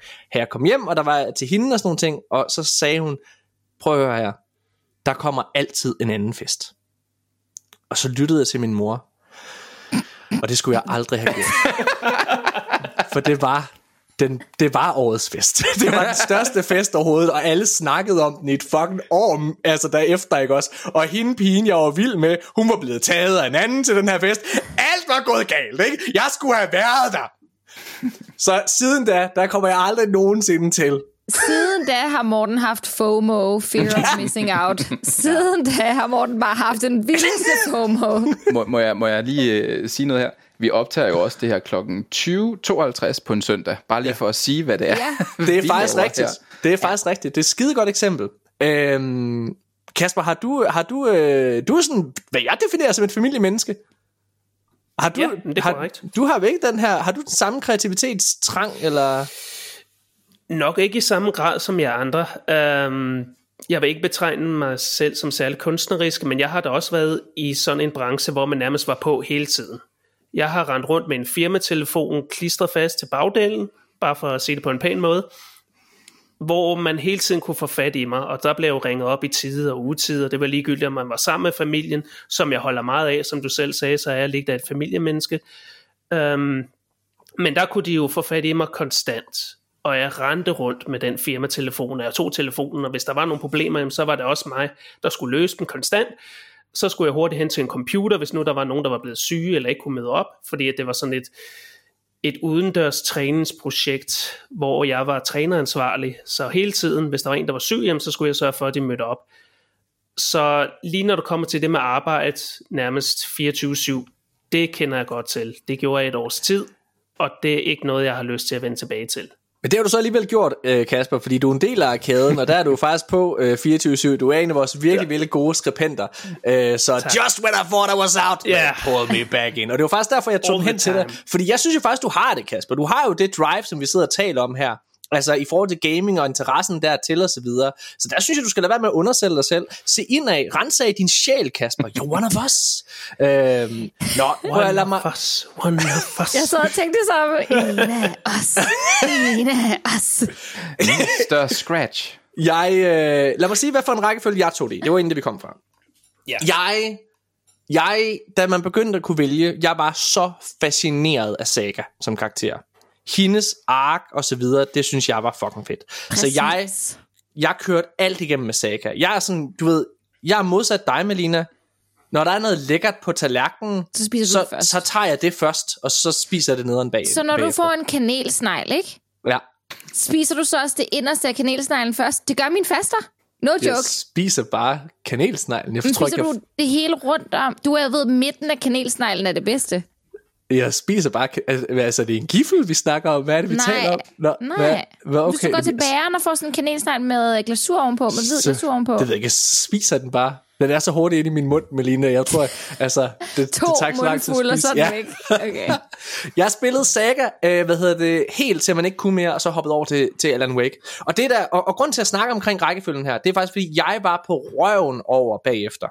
Her kom hjem, og der var til hende og sådan nogle ting, og så sagde hun, prøv at høre her, der kommer altid en anden fest. Og så lyttede jeg til min mor, og det skulle jeg aldrig have gjort. For det var årets fest. Det var den største fest overhovedet, og alle snakkede om den i et fucking år, altså derefter, ikke også? Og hende pigen, jeg var vild med, hun var blevet taget af en anden til den her fest. Alt var gået galt, ikke? Jeg skulle have været der. Så siden da, der kommer jeg aldrig nogensinde til. Siden da har Morten haft FOMO, Fear of Missing Out. Siden da har Morten bare haft den vildeste FOMO. Må jeg lige sige noget her? Vi optager jo også det her klokken 20:52 på en søndag. Bare lige for at sige, hvad det er. Ja. Det er faktisk rigtigt. Det er faktisk rigtigt. Det er et skide godt eksempel. Kasper, har du er sådan, hvad jeg definerer som et familiemenneske? Har du, det er korrekt. Du har ikke den her, har du den samme kreativitetstrang, eller? Nok ikke i samme grad som jer andre. Jeg vil ikke betegne mig selv som særlig kunstnerisk, men jeg har da også været i sådan en branche, hvor man nærmest var på hele tiden. Jeg har rendt rundt med en firmatelefon klistret fast til bagdelen, bare for at sige det på en pæn måde, hvor man hele tiden kunne få fat i mig, og der blev jo ringet op i tide og utide, og det var ligegyldigt, om man var sammen med familien, som jeg holder meget af, som du selv sagde, så er jeg lidt af et familiemenneske. Men der kunne de jo få fat i mig konstant, og jeg rendte rundt med den firmatelefon, og jeg tog telefonen, og hvis der var nogle problemer, så var det også mig, der skulle løse dem konstant. Så skulle jeg hurtigt hen til en computer, hvis nu der var nogen, der var blevet syge, eller ikke kunne møde op, fordi det var sådan et udendørs træningsprojekt, hvor jeg var træneransvarlig, så hele tiden, hvis der var en, der var syg, jamen, så skulle jeg sørge for, at de mødte op. Så lige når du kommer til det med arbejde, nærmest 24/7, det kender jeg godt til. Det gjorde jeg et års tid, og det er ikke noget, jeg har lyst til at vende tilbage til. Men det har du så alligevel gjort, Kasper, fordi du er en del af arkaden, og der er du faktisk på 24/7. Du er en af vores virkelig gode skribenter. Så tak. Just when I thought I was out, pulled me back in. Og det var faktisk derfor, jeg tog den hen til dig. Fordi jeg synes jo faktisk, du har det, Kasper. Du har jo det drive, som vi sidder og taler om her. Altså i forhold til gaming og interessen dertil og så videre. Så der synes jeg, du skal lade være med at undersælge dig selv. Se indad, rensag din sjæl, Kasper. You're one of us. One of us. Jeg så og tænkte så, en af os. Større scratch. Lad mig sige, hvad for en rækkefølge jeg tog det. Det var inden det, vi kom fra. Yeah. Jeg, da man begyndte at kunne vælge, jeg var så fascineret af Saga som karakter. Hendes ark og så videre, det synes jeg var fucking fedt. Præcis. Så jeg kørte alt igennem med Saga. Jeg er sådan, du ved, jeg er modsat dig, Melina. Når der er noget lækkert på tallerkenen, så tager jeg det først, og så spiser jeg det nederen bag. Så når du får en kanelsnegl, ikke? Ja. Spiser du så også det inderste af kanelsneglen først? Det gør min faster. No joke. Jeg spiser bare kanelsneglen. Men spiser du det hele rundt om? Du er ved, midten af kanelsneglen er det bedste. Jeg spiser bare... Altså, det er en giffel, vi snakker om. Hvad er det, vi taler om? Nej. Okay. Du skal gå til bageren og få sådan en kanelsnegl med glasur ovenpå, med hvid glasur ovenpå. Det ved jeg ikke, jeg spiser den bare. Den er så hurtigt inde i min mund, Melina. Jeg tror, altså... Det tager så lang tid at spise. Ja. Ikke? Okay. Jeg spillede Saga, helt til man ikke kunne mere, og så hoppede over til Alan Wake. Og det der, og grunden til at snakke omkring rækkefølgen her, det er faktisk, fordi jeg var på røven over bagefter.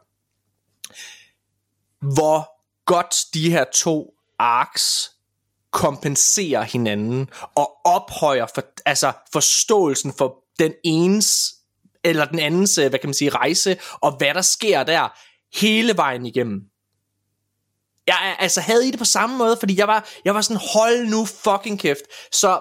Hvor godt de her to arcs kompenserer hinanden og ophøjer forståelsen for den enes eller den andens, hvad kan man sige, rejse og hvad der sker der hele vejen igennem. Jeg havde I det på samme måde, fordi jeg var sådan, hold nu fucking kæft. Så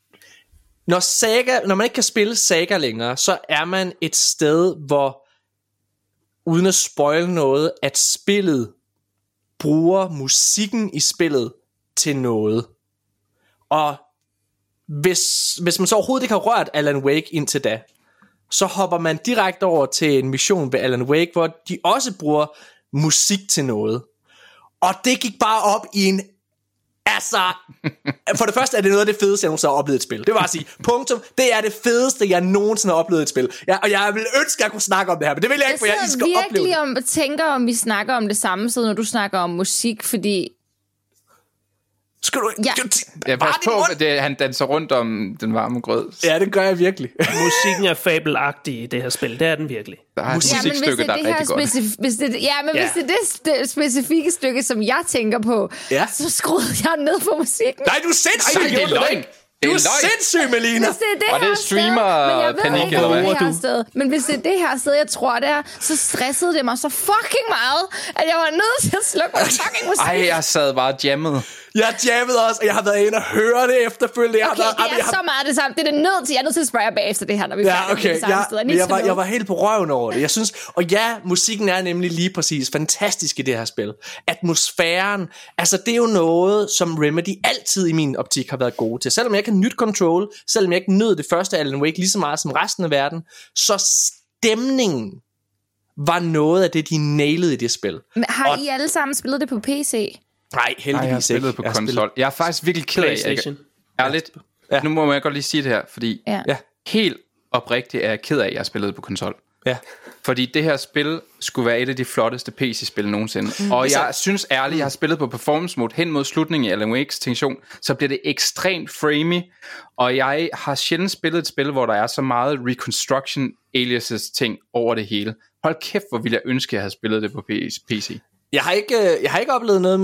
når man ikke kan spille Saga længere, så er man et sted, hvor uden at spoile noget, at spillet bruger musikken i spillet til noget. Og hvis man så overhovedet ikke har rørt Alan Wake indtil da, så hopper man direkte over til en mission ved Alan Wake, hvor de også bruger musik til noget. Og det gik bare op i en... Altså, for det første er det noget af det fedeste, jeg nogensinde har oplevet et spil. Det var at sige, punktum, det er det fedeste, jeg nogensinde har oplevet et spil. Og jeg ville ønske, at jeg kunne snakke om det her, men det vil jeg ikke, for jeg skal opleve det. Jeg virkelig tænker, om vi snakker om det samme sted, når du snakker om musik, fordi... Skal du... Ja, pas på, at han danser rundt om den varme grød. Ja, det gør jeg virkelig. Musikken er fabelagtig i det her spil, det er den virkelig. Der er musikstykke, der er rigtig godt. Hvis det er det specifikke stykke, som jeg tænker på, så skruede jeg ned på musikken. Nej, du sindssygt! Det er løgn. Du er sindssyg, Melina! Og det er streamer-panik, eller hvad? Men hvis det er det her sted, jeg tror det er, så stressede det mig så fucking meget, at jeg var nødt til at slukke mig fucking musik. Ej, jeg sad bare jammet. Jeg jammede også, og jeg har været inde og høre det efterfølgende. Det er så meget det samme. Det er det nødt til. Jeg er nødt til at spørge jer bagefter det her, når vi det samme sted. Jeg var helt på røven over det. Jeg synes, og ja, musikken er nemlig lige præcis fantastisk i det her spil. Atmosfæren, altså det er jo noget, som Remedy altid i min optik har været gode til. Selvom jeg ikke har nyt Control, selvom jeg ikke nød det første Alan Wake lige så meget som resten af verden, så stemningen var noget af det, de nailede i det spil. Men har I alle sammen spillet det på PC? Nej, heldigvis jeg har spillet på konsol. Jeg er faktisk virkelig ked af, ærligt. Ja. Nu må jeg godt lige sige det her, fordi helt oprigtigt er jeg ked af, at jeg har spillet på konsol. Ja. Fordi det her spil skulle være et af de flotteste PC-spil nogensinde. Og jeg synes ærligt, jeg har spillet på performance mode hen mod slutningen i Alan Wake's tension, så bliver det ekstremt framey. Og jeg har sjældent spillet et spil, hvor der er så meget reconstruction aliases ting over det hele. Hold kæft, hvor ville jeg ønske, at jeg havde spillet det på PC. Jeg har ikke oplevet noget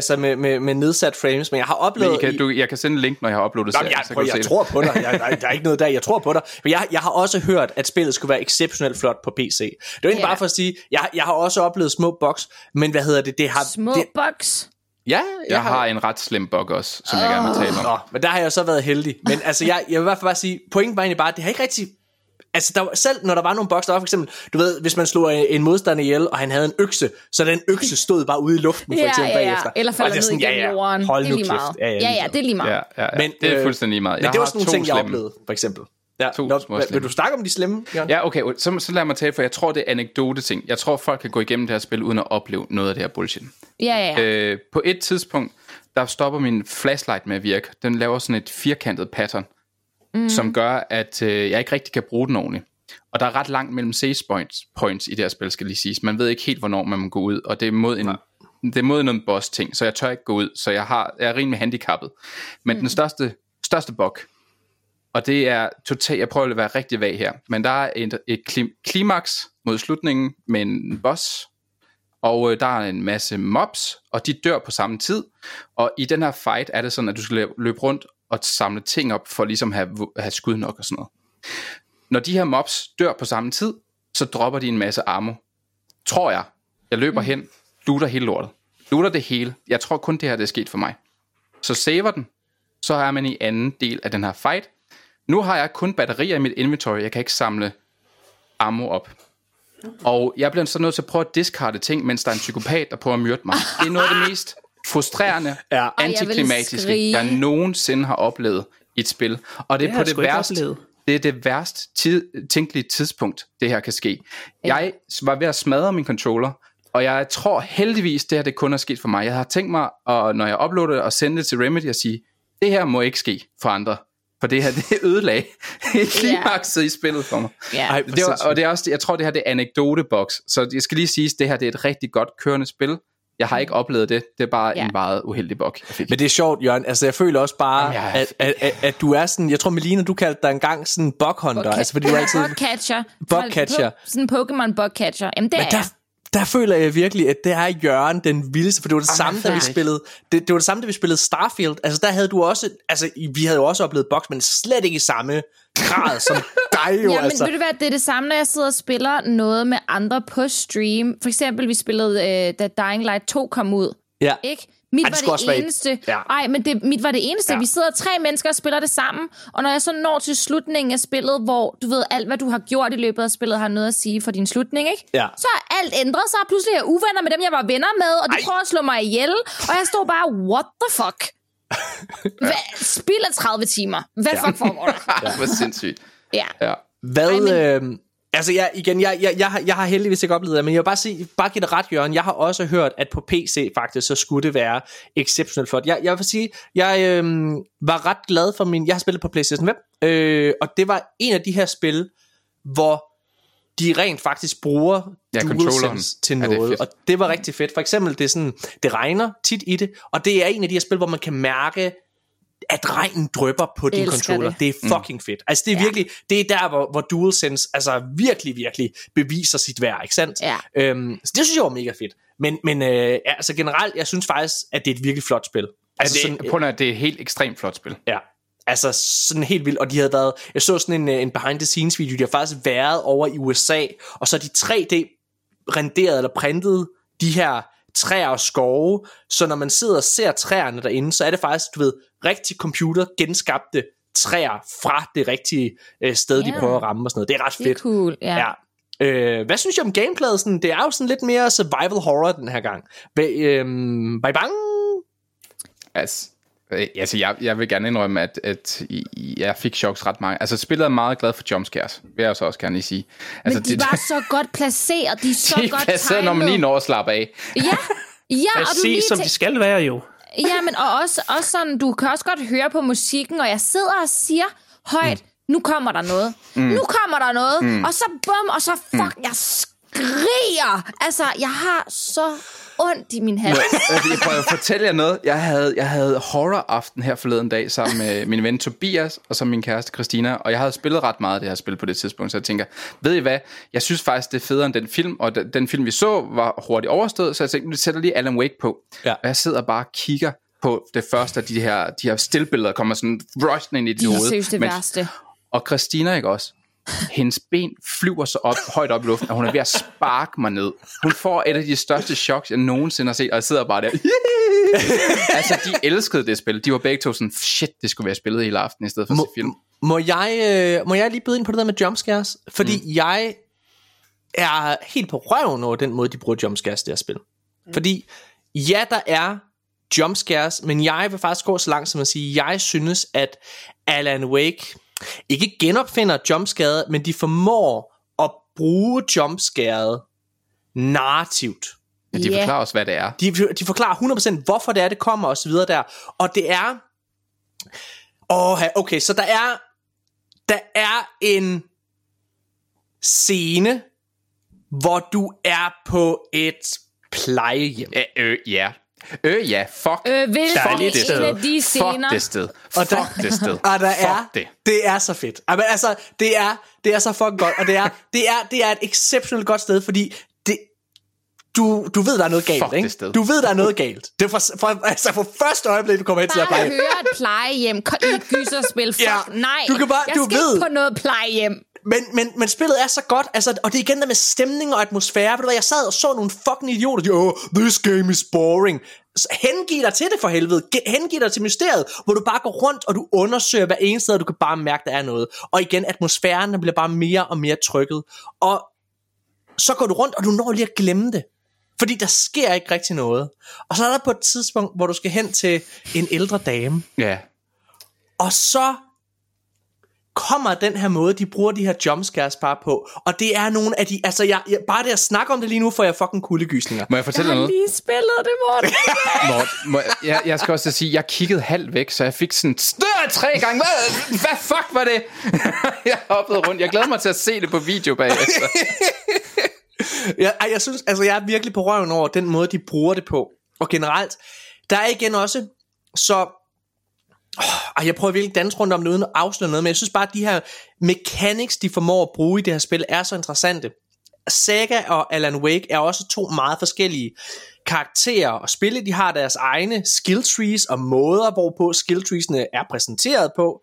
med nedsat frames, men jeg har oplevet... Jeg kan sende en link, når jeg har uploadet jeg tror på dig. Der er ikke noget der. Jeg tror på dig. Men jeg har også hørt, at spillet skulle være exceptionelt flot på PC. Det var egentlig bare for at sige, jeg har også oplevet små bugs, men hvad hedder det? Det har små bugs. Ja, jeg har en ret slem bug også, som jeg gerne vil tale om. Men der har jeg så været heldig. Men altså, jeg vil i hvert fald bare sige, pointen var egentlig bare, at det har ikke rigtig... Altså selv når der var nogle boks, der var for eksempel, du ved, hvis man slog en modstander ihjel, og han havde en økse, så den økse stod bare ude i luften for eksempel bagefter. Eller falder ned igennem jorden. Hold nu kæft. Ja, det er lige meget. Ja. Men det er fuldstændig lige meget. Men det var sådan nogle ting, jeg oplevede, for eksempel. Ja. Vil du snakke om de slemme, Jørgen? Ja, okay, så lad mig tale, for jeg tror, det er anekdote-ting. Jeg tror, folk kan gå igennem det her spil, uden at opleve noget af det her bullshit. Ja. På et tidspunkt, der stopper min flashlight med at virke. Den laver sådan et firkantet pattern, som gør, at jeg ikke rigtig kan bruge den ordentligt. Og der er ret langt mellem save points i det her spil, skal lige siges. Man ved ikke helt, hvornår man må gå ud, og det er mod noget boss-ting, så jeg tør ikke gå ud, så jeg er rimelig handicappet. Men den største bug, og det er totalt, jeg prøver at være rigtig vag her, men der er et klimaks mod slutningen med en boss, og der er en masse mobs, og de dør på samme tid, og i den her fight er det sådan, at du skal løbe rundt og samle ting op, for ligesom at have skud nok og sådan noget. Når de her mobs dør på samme tid, så dropper de en masse ammo. Tror jeg. Jeg løber hen, looter hele lortet. Looter det hele. Jeg tror kun det her, det er sket for mig. Så saver den. Så er man i anden del af den her fight. Nu har jeg kun batterier i mit inventory. Jeg kan ikke samle ammo op. Og jeg bliver så nødt til at prøve at discarde ting, mens der er en psykopat, der prøver at myrde mig. Det er noget af det mest frustrerende, antiklimatiske, jeg nogensinde har oplevet i et spil. Og det er på det værste... Det er det værst tænkelige tidspunkt, det her kan ske. Jeg var ved at smadre min controller, og jeg tror heldigvis, det her det kun er sket for mig. Jeg har tænkt mig, når jeg uploader det og sender det til Remedy, at sige, det her må ikke ske for andre. For det her, det ødelagde klimakset i spillet for mig. Yeah. Og det er også, jeg tror, det her det er anekdoteboks. Så jeg skal lige sige, det her det er et rigtig godt kørende spil. Jeg har ikke oplevet det. Det er bare en meget uheldig bug. Men det er sjovt, Jørgen. Altså, jeg føler også bare, at du er sådan... Jeg tror, Melina, du kaldte dig engang sådan en bug-hunter. Altså, fordi du altid... Bug-catcher. Sådan en Pokémon-bug-catcher. Jamen, det er der føler jeg virkelig, at det er Jørgen den vildeste, for det var det samme, da vi spillede. Det var det samme, da vi spillede Starfield. Altså, der havde du også... Altså, vi havde jo også oplevet bugs, men slet ikke i samme grad som dig jo. Ja, men ved du hvad, det er det samme, når jeg sidder og spiller noget med andre på stream. For eksempel, vi spillede, da Dying Light 2 kom ud. Ja. Ikke? Mit var det eneste. Mit var det eneste. Vi sidder 3 mennesker og spiller det sammen, og når jeg så når til slutningen af spillet, hvor du ved, alt hvad du har gjort i løbet af spillet har noget at sige for din slutning, ikke? Ja. Så er alt ændret sig. Pludselig er jeg uvenner med dem, jeg var venner med, og de prøver at slå mig ihjel, og jeg står bare, what the fuck? Spil af 30 timer. Hvad fuck foregår der? Det var sindssygt. Ja. Hvad... Altså jeg har heldigvis ikke oplevet det, men jeg vil bare give det ret, Jørgen. Jeg har også hørt, at på PC faktisk, så skulle det være exceptionelt flot. Jeg vil sige, jeg var ret glad for jeg har spillet på PlayStation 5, og det var en af de her spil, hvor de rent faktisk bruger DualSense til noget, og det var rigtig fedt. For eksempel, det regner tit i det, og det er en af de her spil, hvor man kan mærke, at regnen drypper på din controller. Det er fucking fedt. Altså det er virkelig, det er der hvor DualSense altså virkelig beviser sit værd, ikke sandt? Ja. Så det synes jeg var mega fedt. Men altså generelt, jeg synes faktisk, at det er et virkelig flot spil. Altså det er et helt ekstremt flot spil. Ja. Altså sådan helt vildt. Og de havde været, jeg så sådan en behind the scenes video, de har faktisk været over i USA, og så de 3D renderet eller printet de her træer og skove, så når man sidder og ser træerne derinde, så er det faktisk, du ved, rigtig computer genskabte træer fra det rigtige sted, de prøver at ramme og sådan noget. Det er ret fedt. Det er cool, ja. Hvad synes jeg om gameplayet? Sådan, det er jo sådan lidt mere survival horror den her gang. Bye bang? Altså, jeg vil gerne indrømme, at jeg fik choks ret mange. Altså, spillet er meget glad for jumpscares, vil jeg så også gerne lige sige. Altså, men de var så godt placeret, de er så godt placeret, når man lige når at slappe af. Ja, og du lige som de skal være jo. Ja, men og også sådan, du kan også godt høre på musikken, og jeg sidder og siger højt, nu kommer der noget. Nu kommer der noget. Og så bum, og så jeg skriger. Altså, jeg har så ondt i min hals. Jeg prøver at fortælle jer noget. Jeg havde horror-aften her forleden dag sammen med min ven Tobias og så min kæreste Christina, og jeg havde spillet ret meget af det her spil på det tidspunkt, så jeg tænker, ved I hvad? Jeg synes faktisk, det er federe end den film, og den film, vi så, var hurtigt overstået, så jeg tænkte, nu sætter lige Alan Wake på. Ja. Og jeg sidder bare og kigger på det første af de her stillbilleder, kommer sådan rushende ind i dit hoved. De er seriøst det værste. Og Christina, ikke også? Hendes ben flyver så højt op i luften, og hun er ved at sparke mig ned. Hun får et af de største choks, jeg nogensinde har set, og jeg sidder bare der. Altså, de elskede det spil. De var begge to sådan, shit, det skulle være spillet hele aften i stedet for at se film. Må jeg lige byde ind på det der med jumpscares? Fordi jeg er helt på røven over den måde, de bruger jumpscares, det her spil. Fordi, ja, der er jumpscares, men jeg vil faktisk gå så langt som at sige, jeg synes, at Alan Wake ikke genopfinder jumpscaret, men de formår at bruge jumpscaret narrativt. Ja, de forklarer også, hvad det er. De forklarer 100% hvorfor det er, det kommer og så videre der. Og det er okay, så der er en scene, hvor du er på et plejehjem. Ja. Ja, fuck. Fuck det sted. Fuck det sted. Og det er så fedt. Altså, det er så fucking godt, og det er et exceptionelt godt sted, fordi du ved, der er noget galt, fuck ikke? Du ved, der er noget galt. Det er for første øjeblik, du kommer hen til at plejehjem. Bare høre et plejehjem i et gyserspil. Fuck, nej. Jeg skal ikke på noget plejehjem. Men spillet er så godt, altså, og det er igen der med stemning og atmosfære. Ved du hvad, jeg sad og så nogle fucking idioter, this game is boring. Hengiv dig til det for helvede. Hengiv dig til mysteriet, hvor du bare går rundt, og du undersøger hver eneste sted, og du kan bare mærke, der er noget. Og igen, atmosfæren, der bliver bare mere og mere trykket. Og så går du rundt, og du når lige at glemme det. Fordi der sker ikke rigtig noget. Og så er der på et tidspunkt, hvor du skal hen til en ældre dame. Ja. Og så kommer den her måde, de bruger de her jumpscares bare på. Og det er nogle af de, altså jeg bare det at snakke om det lige nu, får jeg fucking kuldegysninger. Må jeg fortælle noget? Jeg har lige spillet det, Morten. Jeg skal også sige, jeg kiggede halvt væk, så jeg fik sådan 3 gange. Hvad fuck var det? Jeg hoppede rundt. Jeg glæder mig til at se det på video bagefter. Jeg synes, altså jeg er virkelig på røven over den måde, de bruger det på. Og generelt, der er igen også så jeg prøver virkelig at danse rundt om det uden at afsløre noget, men jeg synes bare, at de her mechanics, de formår at bruge i det her spil, er så interessante. Saga og Alan Wake er også 2 meget forskellige karakterer, og spillet, de har deres egne skill trees og måder, hvorpå skill treesene er præsenteret på.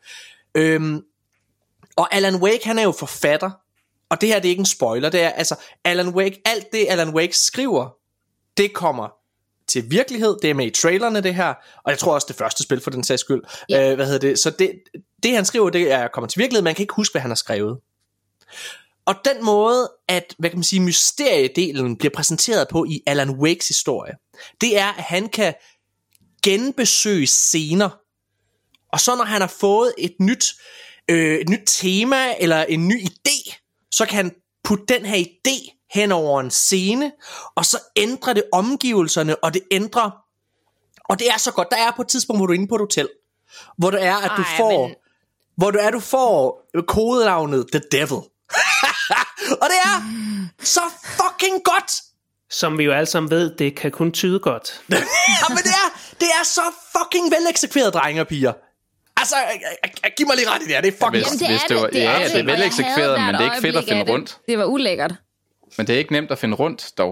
Og Alan Wake, han er jo forfatter, og det her, det er ikke en spoiler, det er altså Alan Wake, alt det Alan Wake skriver, det kommer til virkelighed. Det er med i trailerne, det her, og jeg tror også det første spil for den sags skyld. Så det han skriver, det er kommer til virkelighed. Man kan ikke huske, hvad han har skrevet. Og den måde, at hvad kan man sige, mysteriedelen bliver præsenteret på i Alan Wakes historie, det er, at han kan genbesøge scener. Og så når han har fået et nyt tema eller en ny idé, så kan han putte den her idé hen over en scene, og så ændrer det omgivelserne, og det ændrer, og det er så godt. Der er på et tidspunkt, hvor du er inde på et hotel, hvor det er, at du får kodenavnet The Devil. Og det er så fucking godt. Som vi jo alle sammen ved, det kan kun tyde godt. Ja, men det er så fucking veleksekveret, drenge og piger. Altså, giv mig lige ret i det her. Det er fucking godt. Det er veleksekveret, men det er ikke fedt at finde rundt. Det var ulækkert. Men det er ikke nemt at finde rundt, dog.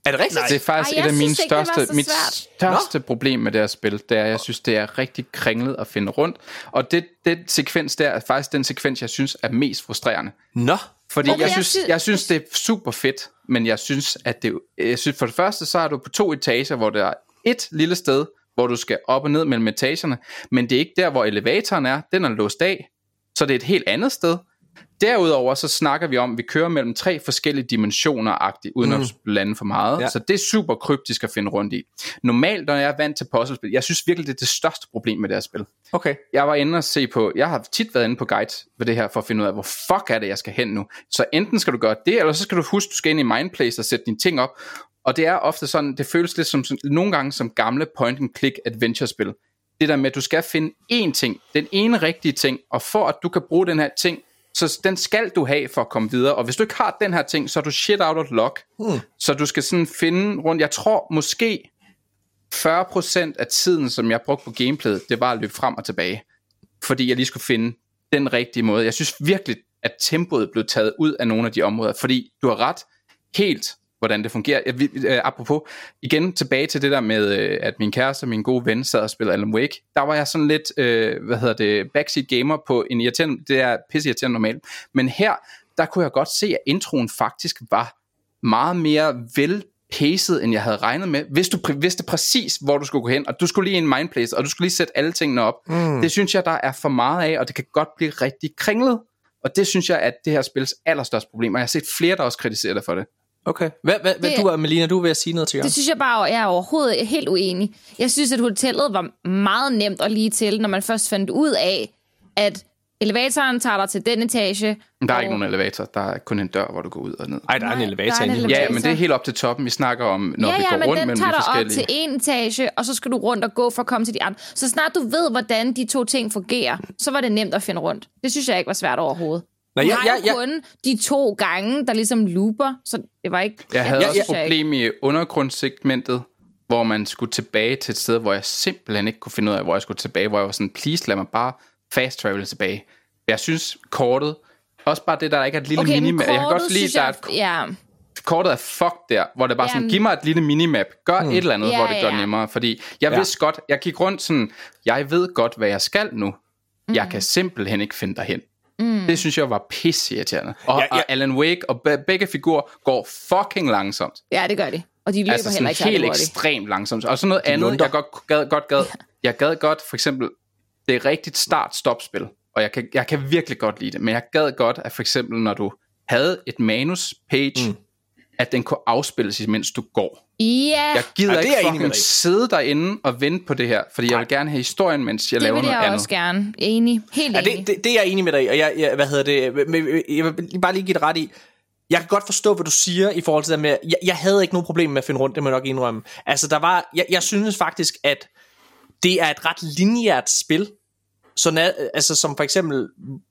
Er det rigtigt? Det er faktisk et af mine største problem med det her spil. Det er, jeg synes, det er rigtig kringlet at finde rundt. Og den sekvens der er faktisk den sekvens, jeg synes er mest frustrerende. Nå. Fordi jeg synes, det er super fedt, men jeg synes, at for det første, så er du på 2 etager, hvor der er et lille sted, hvor du skal op og ned mellem etagerne, men det er ikke der, hvor elevatoren er. Den er låst af, så det er et helt andet sted. Derudover så snakker vi om, at vi kører mellem 3 forskellige dimensioner-agtigt, uden at blande for meget. Ja. Så det er super kryptisk at finde rundt i. Normalt, når jeg er vant til puzzlespil, jeg synes virkelig, det er det største problem med det her spil. Okay. Jeg var inde og se på, jeg har tit været inde på guide ved det her, for at finde ud af, hvor fuck er det, jeg skal hen nu. Så enten skal du gøre det, eller så skal du huske, du skal ind i Mindplace og sætte dine ting op. Og det er ofte sådan, det føles lidt som nogle gange som gamle point-and-click adventure-spil. Det der med, at du skal finde én ting, den ene rigtige ting, og for at du kan bruge den her ting, så den skal du have for at komme videre. Og hvis du ikke har den her ting, så er du shit out of luck. Så du skal sådan finde rundt. Jeg tror måske 40% af tiden, som jeg brugte på gameplayet, det var at løbe frem og tilbage. Fordi jeg lige skulle finde den rigtige måde. Jeg synes virkelig, at tempoet blev taget ud af nogle af de områder. Fordi du har ret helt, hvordan det fungerer. Apropos, igen tilbage til det der med, at min kæreste og min gode ven sad og spillede Alan Wake. Der var jeg sådan lidt, backseat gamer på en irriterende, det er pisseirriterende normalt. Men her, der kunne jeg godt se, at introen faktisk var meget mere velpaced, end jeg havde regnet med. Hvis du vidste præcis, hvor du skulle gå hen, og du skulle lige i en mindplace, og du skulle lige sætte alle tingene op. Det synes jeg, der er for meget af, og det kan godt blive rigtig kringlet. Og det synes jeg, at det her spils allerstørste problem, og jeg har set flere, der også kritiserer dig for det. Okay. Hvad du, Melina, du er ved at sige noget til jer? Det synes jeg bare, jeg er overhovedet helt uenig. Jeg synes, at hotellet var meget nemt at lige til, når man først fandt ud af, at elevatoren tager dig til den etage. Der er ikke nogen elevator, der er kun en dør, hvor du går ud og ned. Nej, der er en elevator. Ja, men det er helt op til toppen, vi snakker om, når vi går rundt mellem de forskellige. Ja, men den tager dig op til en etage, og så skal du rundt og gå for at komme til de andre. Så snart du ved, hvordan de 2 ting fungerer, så var det nemt at finde rundt. Det synes jeg ikke var svært overhovedet. Nej, jeg kun de 2 gange, der ligesom looper, så det var ikke... Jeg havde også et problem i undergrundssegmentet, hvor man skulle tilbage til et sted, hvor jeg simpelthen ikke kunne finde ud af, hvor jeg skulle tilbage, hvor jeg var sådan, please lad mig bare fast travel tilbage. Jeg synes kortet, også bare det, der ikke er et lille minimap. Jeg kan godt lide, der kortet er fuck der, hvor det bare sådan, giv mig et lille minimap, gør et eller andet, hvor det gør nemmere, fordi jeg vidste godt, jeg gik rundt sådan, jeg ved godt, hvad jeg skal nu. Jeg kan simpelthen ikke finde derhen. Det synes jeg var pisseirriterende. Og Alan Wake og begge figurer går fucking langsomt. Ja, det gør de. Og de løber altså heller ikke helt ekstremt langsomt. Og så noget andet, jeg gad godt, for eksempel, det er rigtigt start-stop-spil. Og jeg kan virkelig godt lide det. Men jeg gad godt, at for eksempel, når du havde et manus-page, at den kunne afspilles, mens du går. Jeg gider ikke fucking sidde derinde og vente på det her, fordi jeg vil gerne have historien, mens jeg laver noget andet. Det vil jeg også gerne. Enig. Helt enig. Det er jeg enig med dig i, og jeg vil bare lige give det ret i. Jeg kan godt forstå, hvad du siger i forhold til det med, jeg havde ikke nogen problem med at finde rundt, det må jeg nok indrømme. Altså, jeg synes faktisk, at det er et ret lineært spil, altså som for eksempel...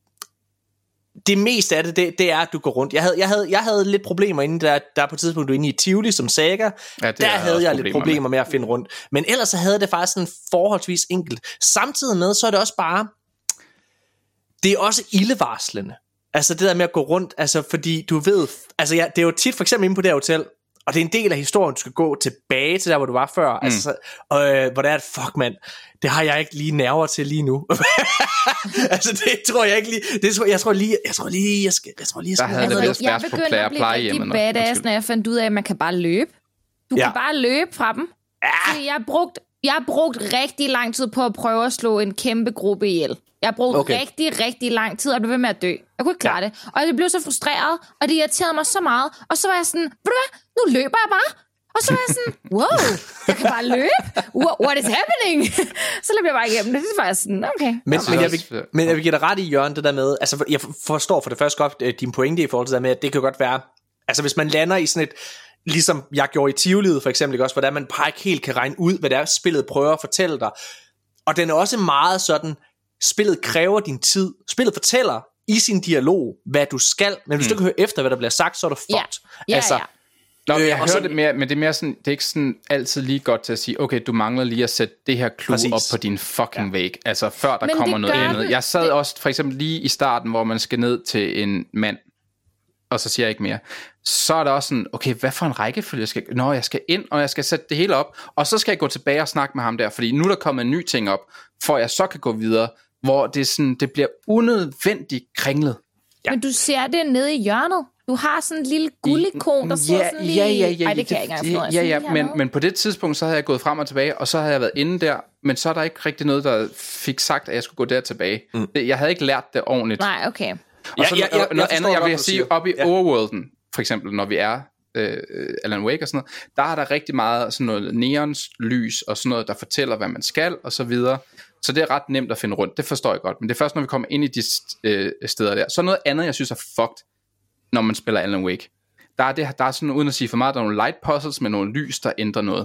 Det meste af det er, at du går rundt. Jeg havde lidt problemer inden der på et tidspunkt, du er inde i Tivoli som Saga. Ja, der havde jeg lidt problemer med at finde rundt. Men ellers så havde det faktisk sådan forholdsvis enkelt. Samtidig med, så er det også bare... Det er også ildevarslende. Altså det der med at gå rundt, altså fordi du ved... Altså det er jo tit for eksempel inde på det her hotel, og det er en del af historien, du skal gå tilbage til der, hvor du var før. Altså, hvor det er, fuck mand, det har jeg ikke lige nerver til lige nu. Altså det tror jeg ikke lige. Jeg tror lige jeg skal. Der havde det været svært på plejehjemmet. Jeg begyndte at blive rigtig badass, når jeg fandt ud af, at man kan bare løbe. Du kan bare løbe fra dem. Ja. Jeg har brugt rigtig lang tid på at prøve at slå en kæmpe gruppe ihjel. Jeg har brugt rigtig lang tid, og blev ved med at dø. Jeg kunne ikke klare det. Og jeg blev så frustreret, og det irriterede mig så meget. Og så var jeg sådan, ved du hvad? Nu løber jeg bare. Og så var jeg sådan, wow, jeg kan bare løbe. What is happening? Så løb jeg bare igennem det. Så var jeg sådan, okay. Men jeg vil give dig ret i, Jørgen, det der med, altså jeg forstår for det første godt din pointe i forhold til det med, at det kan godt være, altså hvis man lander i sådan et, ligesom jeg gjorde i Tivoliet for eksempel, ikke også, hvordan man bare ikke helt kan regne ud, hvad det er, spillet prøver at fortælle dig. Og den er også meget sådan, spillet kræver din tid. Spillet fortæller i sin dialog, hvad du skal, men hvis du ikke hører efter, hvad der bliver sagt, så er du fucked. Altså, Nå, jeg hører det mere, men det er mere sådan, det er ikke sådan altid lige godt til at sige, okay, du mangler lige at sætte det her clue op på din fucking væg, altså før der kommer noget andet. Jeg sad også for eksempel lige i starten, hvor man skal ned til en mand, og så siger jeg ikke mere. Så er der også sådan, okay, hvad for en rækkefølge jeg skal... jeg skal ind, og jeg skal sætte det hele op, og så skal jeg gå tilbage og snakke med ham der, fordi nu er der kommet en ny ting op, for jeg så kan gå videre, hvor det, sådan, det bliver unødvendigt kringlet. Ja. Men du ser det nede i hjørnet. Du har sådan en lille guldikon, der sidder sådan lige... Ja, ej, det kan jeg ikke engang men på det tidspunkt, så havde jeg gået frem og tilbage, og så havde jeg været inde der, men så er der ikke rigtig noget, der fik sagt, at jeg skulle gå der tilbage. Jeg havde ikke lært det ordentligt. Nej, okay. Og så noget andet, jeg vil sige, op i overworlden, for eksempel, når vi er Alan Wake og sådan noget, der er der rigtig meget sådan noget neonlys og sådan noget, der fortæller, hvad man skal, og så videre. Så det er ret nemt at finde rundt, det forstår jeg godt. Men det er først, når vi kommer ind i de steder der. Så noget andet, jeg synes er fucked, når man spiller Alan Wake. Der er sådan, uden at sige for meget, der er nogle light puzzles med nogle lys, der ændrer noget.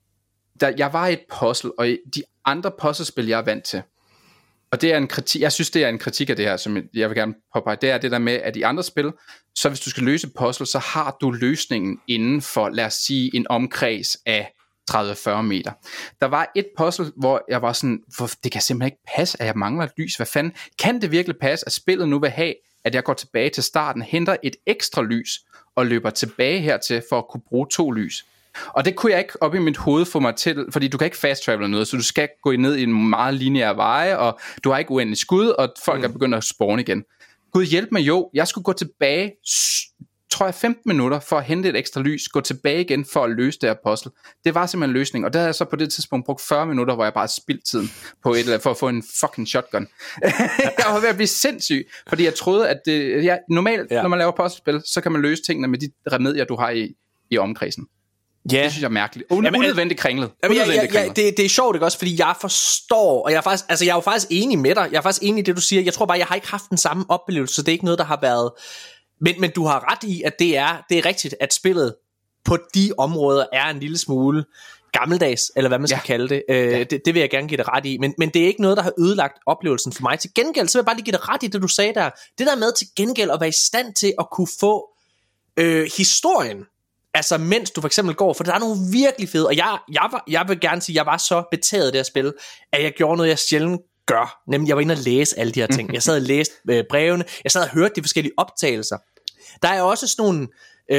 Jeg var i et puzzle, og i de andre puzzlespil, jeg er vant til, og det er en kritik, jeg synes, det er en kritik af det her, som jeg vil gerne påpege, det er det der med, at i andre spil, så hvis du skal løse et puzzle, så har du løsningen inden for, lad os sige, en omkreds af 30-40 meter. Der var et puzzle, hvor jeg var sådan, det kan simpelthen ikke passe, at jeg mangler et lys. Hvad fanden? Kan det virkelig passe, at spillet nu vil have, at jeg går tilbage til starten, henter et ekstra lys, og løber tilbage hertil, for at kunne bruge 2 lys? Og det kunne jeg ikke op i mit hoved få mig til, fordi du kan ikke fast travel noget, så du skal gå ned i en meget lineær veje, og du har ikke uendelig skud, og folk er begyndt at spawne igen. Gud hjælp mig, jo, jeg skulle gå tilbage, tror jeg 15 minutter, for at hente et ekstra lys, gå tilbage igen for at løse det her puzzle. Det var simpelthen en løsning, og der havde jeg så på det tidspunkt brugt 40 minutter, hvor jeg bare spildte tiden på et eller andet, for at få en fucking shotgun. Jeg var ved at blive sindssyg, fordi jeg troede, at det, normalt, når man laver puzzlespil, så kan man løse tingene med de remedier, du har i omkredsen. Ja. Det synes jeg er mærkeligt. Unødvendigt kringlet. Det er sjovt, ikke også? Fordi jeg forstår, og jeg er jo faktisk enig med dig. Jeg er faktisk enig i det, du siger. Jeg tror bare, jeg har ikke haft den samme oplevelse, så det er ikke noget, der har været... Men du har ret i, at det er rigtigt, at spillet på de områder er en lille smule gammeldags, eller hvad man skal kalde det. Det vil jeg gerne give det ret i. Men det er ikke noget, der har ødelagt oplevelsen for mig. Til gengæld, så vil jeg bare lige give det ret i det, du sagde der. Det der med til gengæld at være i stand til at kunne få historien, altså mens du for eksempel går, for der er nogle virkelig fede, og jeg vil gerne sige, at jeg var så betaget af det her spil, at jeg gjorde noget, jeg sjældent gør, nemlig jeg var inde og læse alle de her ting. Jeg sad og læste brevene, jeg sad og hørte de forskellige optagelser. Der er også sådan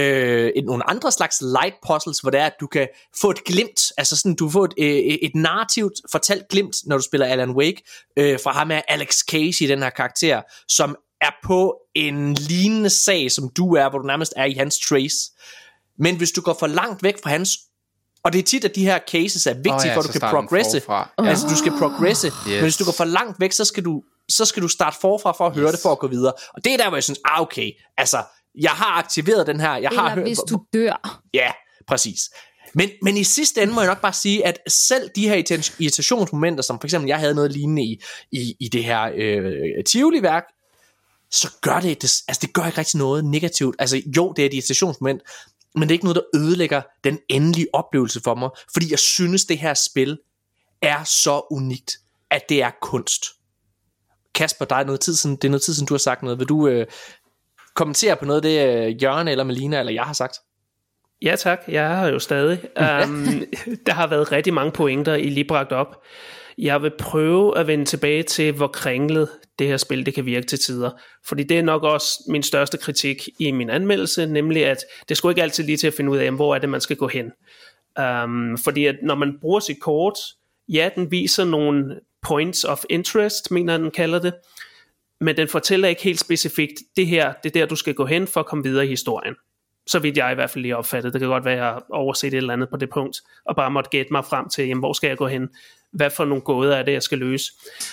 nogle andre slags light puzzles, hvor det er, at du kan få et glimt, altså sådan, du får et narrativt fortalt glimt, når du spiller Alan Wake, fra ham af Alex Casey, den her karakter, som er på en lignende sag, som du er, hvor du nærmest er i hans trace. Men hvis du går for langt væk fra hans, og det er tit, at de her cases er vigtige, for at du kan progresse. Altså du skal progresse, men hvis du går for langt væk, så skal du starte forfra for at høre det, for at gå videre. Og det er der, hvor jeg synes, okay, altså, jeg har aktiveret den her. Eller hvis du dør. Ja, præcis. Men i sidste ende må jeg nok bare sige, at selv de her irritationsmomenter, som for eksempel, jeg havde noget lignende i det her Tivoli-værk, så gør det gør ikke rigtig noget negativt. Altså jo, det er et irritationsmoment, men det er ikke noget, der ødelægger den endelige oplevelse for mig, fordi jeg synes, det her spil er så unikt, at det er kunst. Kasper, det er noget tid siden, du har sagt noget. Vil du kommentere på noget af det, Jørgen eller Melina eller jeg har sagt? Ja tak, jeg er jo stadig. Der har været rigtig mange pointer, I lige bragt op. Jeg vil prøve at vende tilbage til, hvor kringlet det her spil det kan virke til tider. Fordi det er nok også min største kritik i min anmeldelse, nemlig at det skulle ikke altid lige til at finde ud af, hvor er det, man skal gå hen. Fordi at når man bruger sit kort, ja, den viser nogle points of interest, mener den kalder det, men den fortæller ikke helt specifikt, det her, det er der, du skal gå hen for at komme videre i historien. Så vidt jeg i hvert fald lige opfattet. Det kan godt være, at jeg har overset et eller andet på det punkt, og bare måtte gætte mig frem til, jamen, hvor skal jeg gå hen? Hvad for nogle gåder er det, jeg skal løse?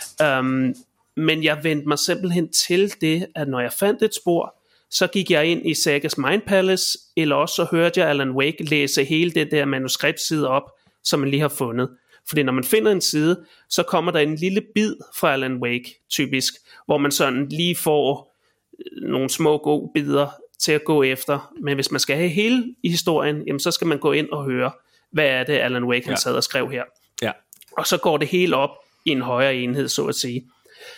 Men jeg vendte mig simpelthen til det, at når jeg fandt et spor, så gik jeg ind i Sagas Mind Palace, eller også så hørte jeg Alan Wake læse hele det der manuskriptside op, som man lige har fundet. Fordi når man finder en side, så kommer der en lille bid fra Alan Wake, typisk, hvor man sådan lige får nogle små gode bidder til at gå efter. Men hvis man skal have hele i historien, jamen så skal man gå ind og høre, hvad er det Alan Wake han sad og skrev her. Ja. Og så går det hele op i en højere enhed, så at sige.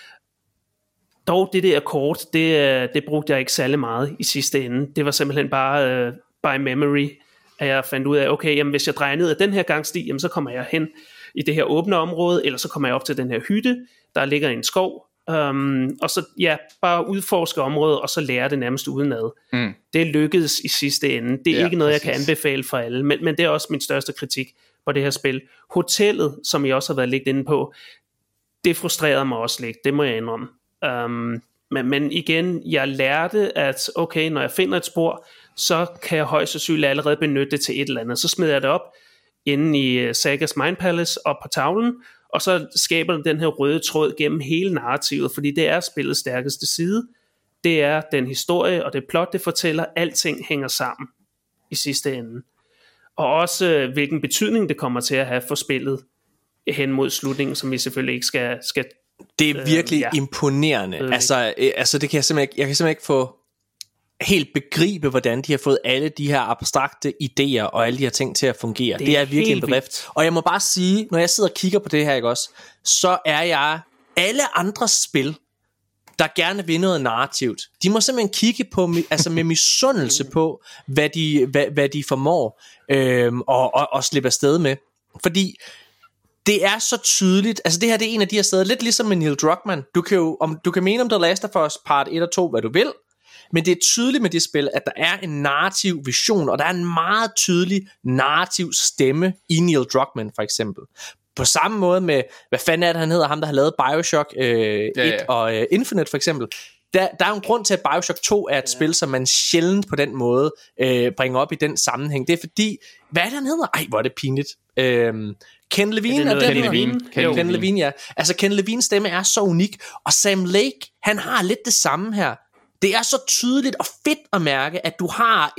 Dog det der kort, det brugte jeg ikke særlig meget i sidste ende. Det var simpelthen bare by memory, at jeg fandt ud af, okay, jamen hvis jeg drejer ned ad den her gangsti, jamen så kommer jeg hen i det her åbne område, eller så kommer jeg op til den her hytte, der ligger i en skov, og så bare udforske området, og så lære det nærmest udenad. Det lykkedes i sidste ende. Det er ikke noget, jeg kan anbefale for alle, men det er også min største kritik på det her spil. Hotellet, som jeg også har været lidt inde på, det frustrerede mig også lidt, det må jeg indrømme. Men igen, jeg lærte, at okay, når jeg finder et spor, så kan jeg højst sandsynligt allerede benytte det til et eller andet. Så smider jeg det op inde i Sagas Mind Palace op på tavlen, og så skaber den her røde tråd gennem hele narrativet, fordi det er spillets stærkeste side. Det er den historie og det plot, det fortæller. Alting hænger sammen i sidste ende. Og også hvilken betydning det kommer til at have for spillet hen mod slutningen, som vi selvfølgelig ikke skal det er virkelig imponerende. Altså det kan jeg simpelthen ikke få helt begribe, hvordan de har fået alle de her abstrakte idéer og alle de her ting til at fungere. Det er virkelig en bedrift. Og jeg må bare sige, når jeg sidder og kigger på det her, ikke også, så er jeg alle andre spil, der gerne vil noget narrativt. De må simpelthen kigge på, altså med misundelse på, hvad de formår og slippe afsted med. Fordi det er så tydeligt. Altså det her, det er en af de her steder, lidt ligesom med Neil Druckmann. Du kan mene om The Last of Us part 1 og 2, hvad du vil, men det er tydeligt med det spil, at der er en narrativ vision, og der er en meget tydelig narrativ stemme i Neil Druckmann for eksempel. På samme måde med, hvad fanden er det han hedder, ham der har lavet Bioshock 1 og Infinite for eksempel. Der er jo en grund til, at Bioshock 2 er et spil, som man sjældent på den måde bringer op i den sammenhæng. Det er fordi, hvad er det han hedder? Ej, hvor er det pinligt. Ken Levine er det Ken Levine, ja. Altså Ken Levines stemme er så unik, og Sam Lake, han har lidt det samme her. Det er så tydeligt og fedt at mærke, at du har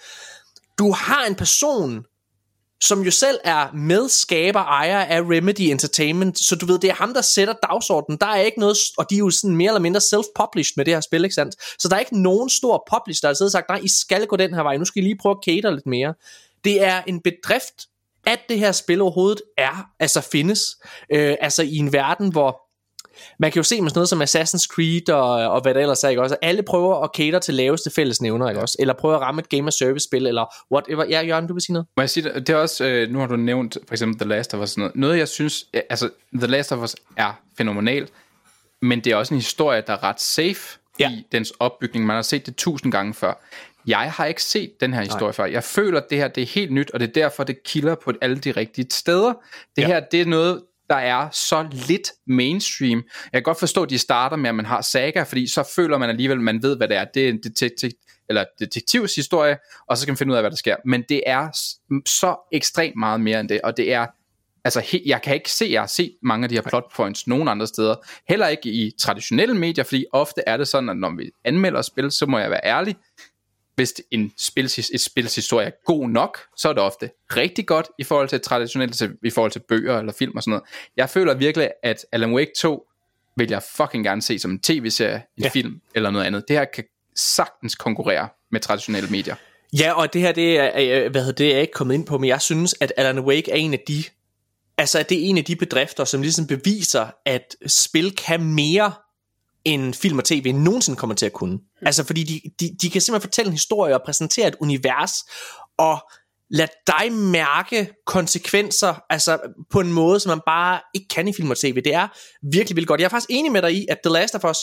en person, som jo selv er medskaber, ejer af Remedy Entertainment, så du ved, det er ham, der sætter dagsordenen. Der er ikke noget, og de er jo sådan mere eller mindre self-published med det her spil, ikke sandt? Så der er ikke nogen stor publisher, der har siddet og sagt, nej, I skal gå den her vej, nu skal I lige prøve at cater lidt mere. Det er en bedrift, at det her spil overhovedet findes, altså i en verden, hvor man kan jo se med sådan noget som Assassin's Creed og hvad der ellers er, ikke også? Alle prøver at cater til laveste fællesnævner, ikke også? Eller prøver at ramme et game of service spil, eller whatever. Ja, Jørgen, du vil sige noget? Må jeg sige, det er også, nu har du nævnt for eksempel The Last of Us, noget jeg synes, altså The Last of Us er fænomenal, men det er også en historie, der er ret safe i dens opbygning. Man har set det 1000 gange før. Jeg har ikke set den her historie før. Jeg føler, at det her det er helt nyt, og det er derfor, det kilder på alle de rigtige steder. Det her, det er noget, der er så lidt mainstream. Jeg kan godt forstå, at de starter med, at man har Saga, fordi så føler man alligevel, at man ved, hvad det er. Det er en detektivs historie, og så skal man finde ud af, hvad der sker. Men det er så ekstremt meget mere end det, og det er, altså jeg har set mange af de her plot points nogen andre steder, heller ikke i traditionelle medier, fordi ofte er det sådan, at når vi anmelder spil, så må jeg være ærlig, hvis et spils historie er god nok, så er det ofte rigtig godt i forhold til traditionelt, i forhold til bøger eller film og sådan noget. Jeg føler virkelig, at Alan Wake 2 vil jeg fucking gerne se som en tv-serie, en film eller noget andet. Det her kan sagtens konkurrere med traditionelle medier. Ja, og det her, det er jeg ikke kommet ind på, men jeg synes, at Alan Wake er en af de, altså det er en af de bedrifter, som ligesom beviser, at spil kan mere en film og tv nogensinde kommer til at kunne. Altså fordi de kan simpelthen fortælle en historie og præsentere et univers og lad dig mærke konsekvenser, altså på en måde, som man bare ikke kan i film og tv. Det er virkelig vildt godt. Jeg er faktisk enig med dig i, at The Last of Us,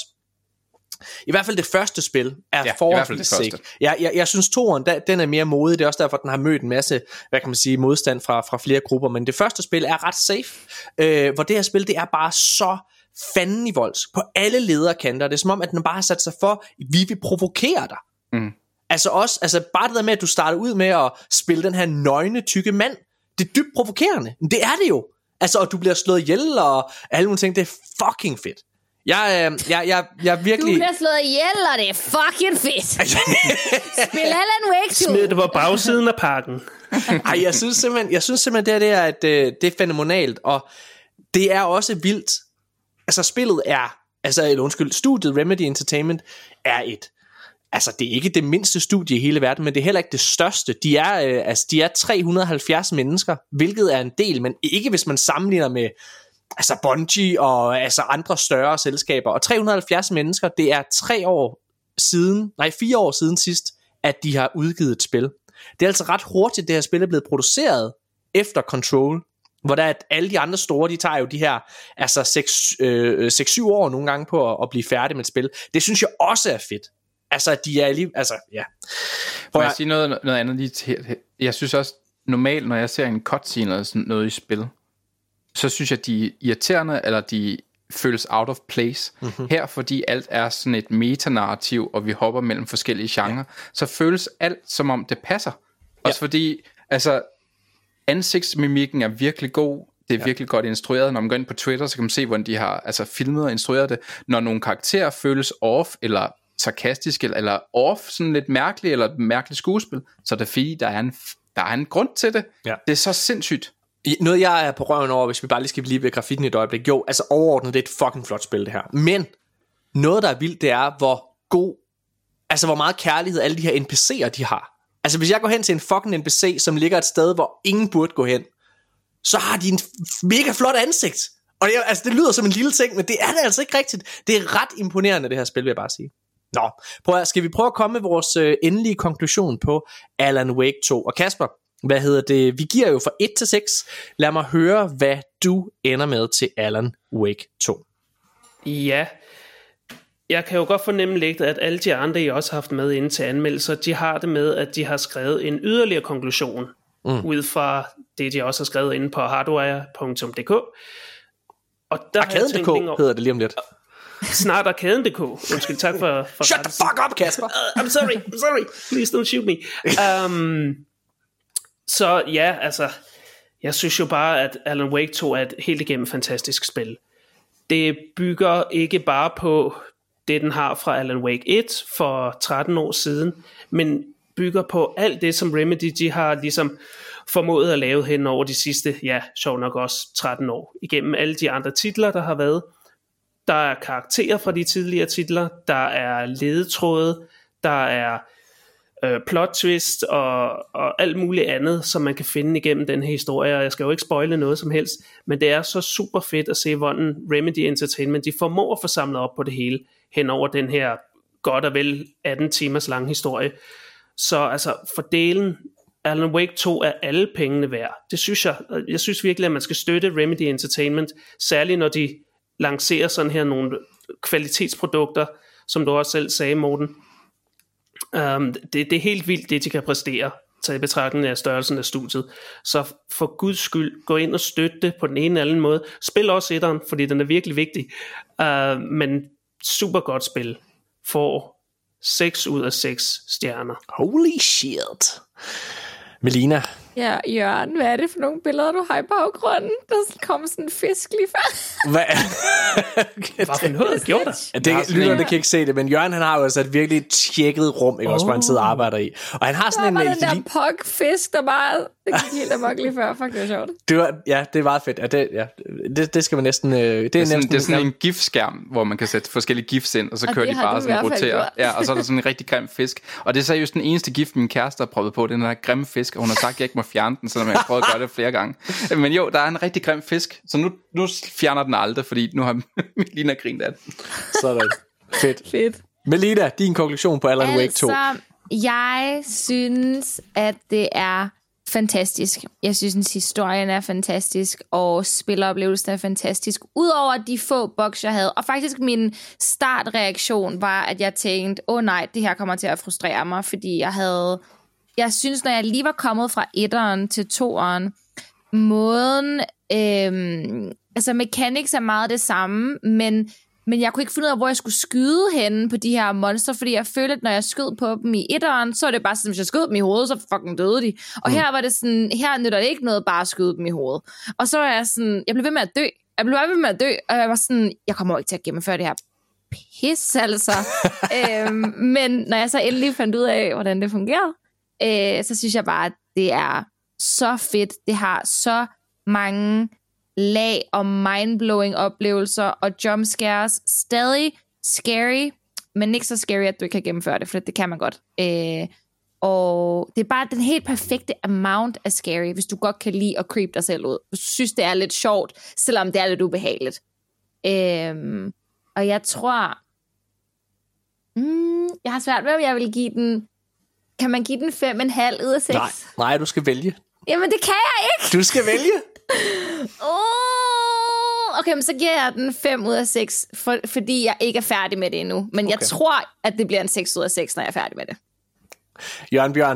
i hvert fald det første spil, er forholdsvis sikkert. Jeg synes toren, den er mere modig. Det er også derfor, den har mødt en masse, hvad kan man sige, modstand fra flere grupper. Men det første spil er ret safe, hvor det her spil, det er bare så fanden i volds på alle lederkanter. Det er som om, at den bare har sat sig for, vi vil provokere dig. Altså bare det der med, at du starter ud med at spille den her nøgne, tykke mand, det er dybt provokerende. Det er det jo. Altså, og du bliver slået ihjel, og alle mulige ting, det er fucking fedt. Jeg virkelig... Du bliver slået ihjel, og det er fucking fedt. Spil Alan Wake 2. Smid det på bagsiden af pakken. Ej, jeg synes simpelthen det er, at det er fænomenalt, og det er også vildt. Altså spillet er, studiet Remedy Entertainment er det er ikke det mindste studie i hele verden, men det er heller ikke det største. De er 370 mennesker, hvilket er en del, men ikke hvis man sammenligner med Bungie og andre større selskaber. Og 370 mennesker, det er 4 år siden sidst, at de har udgivet et spil. Det er altså ret hurtigt, det her spil er blevet produceret efter Control. Hvor der at alle de andre store, de tager jo de her altså 6-7 år nogle gange på at blive færdig med et spil. Det synes jeg også er fedt. Altså, de er lige... Altså, ja. Må jeg sige noget andet lige til? Jeg synes også, normalt, når jeg ser en cutscene eller sådan noget i spil, så synes jeg, de er irriterende, eller de føles out of place. Mm-hmm. Her, fordi alt er sådan et metanarrativ, og vi hopper mellem forskellige genrer, så føles alt, som om det passer. Også fordi, altså, ansigtsmimikken er virkelig god. Det er virkelig godt instrueret. Når man går ind på Twitter, så kan man se, hvordan de har altså, filmet og instrueret det. Når nogle karakterer føles off, eller sarkastisk, eller off, sådan lidt mærkeligt, eller et mærkeligt skuespil, så er det fordi, der er en grund til det. Ja. Det er så sindssygt. Noget jeg er på røven over, hvis vi bare lige skal blive ved grafikken et øjeblik. Jo, altså overordnet, det er et fucking flot spil det her. Men noget der er vildt, det er hvor meget kærlighed alle de her NPC'er de har. Altså hvis jeg går hen til en fucking NPC, som ligger et sted, hvor ingen burde gå hen, så har de en mega flot ansigt. Og det lyder som en lille ting, men det er det altså ikke rigtigt. Det er ret imponerende det her spil, vil jeg bare sige. Nå, skal vi prøve at komme med vores endelige konklusion på Alan Wake 2? Og Kasper, vi giver jo fra 1 til 6. Lad mig høre, hvad du ender med til Alan Wake 2. Ja, jeg kan jo godt fornemme lidt, at alle de andre, I også har haft med inden til anmeldelser, de har det med, at de har skrevet en yderligere konklusion, ud fra det, de også har skrevet inde på hardware.dk. Og der Arkaden.dk hedder det lige om lidt. Snart Arkaden.dk. Undskyld, tak for Shut the fuck up, Kasper. I'm sorry. Please don't shoot me. Så ja, altså, jeg synes jo bare, at Alan Wake 2 er et helt igennem fantastisk spil. Det bygger ikke bare på det, den har fra Alan Wake 1 for 13 år siden, men bygger på alt det, som Remedy de har ligesom formået at lave hen over de sidste, sjov nok også 13 år. Igennem alle de andre titler, der har været. Der er karakterer fra de tidligere titler, der er ledetråde, der er plot twist og alt muligt andet, som man kan finde igennem den her historie, og jeg skal jo ikke spoile noget som helst, men det er så super fedt at se, hvordan Remedy Entertainment, de formår at få samlet op på det hele, hen over den her godt og vel 18 timers lang historie. Så altså, fordelen Alan Wake 2 er alle pengene værd. Det synes jeg synes virkelig, at man skal støtte Remedy Entertainment, særligt når de lancerer sådan her nogle kvalitetsprodukter, som du også selv sagde, Morten. Det er helt vildt, det de kan præstere, taget i betragtning af størrelsen af studiet. Så for guds skyld, gå ind og støtte det på den ene eller anden måde. Spil også etteren, fordi den er virkelig vigtig. Men super godt spil. Får 6 ud af 6 stjerner. Holy shit. Melina. Ja, Jørgen, hvad er det for nogle billeder, du har i baggrunden? Der kommer sådan en fisk lige før. Hvad? Hvad for noget gjorde der? Lytterne kan ikke se det, men Jørgen han har jo altså et virkelig tjekket rum, ikke også, hvor han sidder og arbejder i. Og han har sådan en... Der var den der pok-fisk, der bare... Det gik helt amok lige før. Fuck, det var sjovt. Det er meget fedt. Det skal man næsten... Det er sådan en GIF-skærm, hvor man kan sætte forskellige GIFs ind, og så kører de bare sådan roterer. Ja, og så er der sådan en rigtig grim fisk. Og det er seriøst den eneste GIF, min kæreste har prøvet på, den der grimme fisk, og hun har sagt, at jeg ikke må fjerne den, selvom jeg har prøvet at gøre det flere gange. Men jo, der er en rigtig grim fisk, så nu fjerner den aldrig, fordi nu har Melina grint af den. Sådan. Fedt. Melina, din konklusion på Alan Wake 2? Jeg synes, at det er fantastisk. Jeg synes, at historien er fantastisk, og spilleroplevelsen er fantastisk. Udover de få bugs, jeg havde. Og faktisk min startreaktion var, at jeg tænkte, nej, det her kommer til at frustrere mig, fordi jeg synes, når jeg lige var kommet fra 1'eren til 2'eren, måden, altså mechanics er meget det samme, men jeg kunne ikke finde ud af, hvor jeg skulle skyde henne på de her monster, fordi jeg følte, at når jeg skød på dem i 1'eren, så var det bare sådan, hvis jeg skød dem i hovedet, så fucking døde de. Og her var det sådan, her nytter det ikke noget bare at skyde dem i hovedet. Og så var jeg sådan, jeg blev ved med at dø. Og jeg var sådan, jeg kommer ikke til at gennemføre det her pis, altså. Men når jeg så endelig fandt ud af, hvordan det fungerede, så synes jeg bare, at det er så fedt. Det har så mange lag og mindblowing oplevelser og jumpscares. Stadig scary, men ikke så scary, at du ikke kan gennemføre det, for det kan man godt. Og det er bare den helt perfekte amount af scary, hvis du godt kan lide at creep dig selv ud. Hvis du synes, det er lidt sjovt, selvom det er lidt ubehageligt. Og jeg tror... jeg har svært ved, om jeg vil give den... Kan man give den 5,5 ud af 6? Nej, du skal vælge. Jamen, det kan jeg ikke. Du skal vælge. Okay, men så giver jeg den 5 ud af 6, fordi jeg ikke er færdig med det endnu. Men jeg tror, at det bliver en 6 ud af 6, når jeg er færdig med det. Jørgen Bjørn.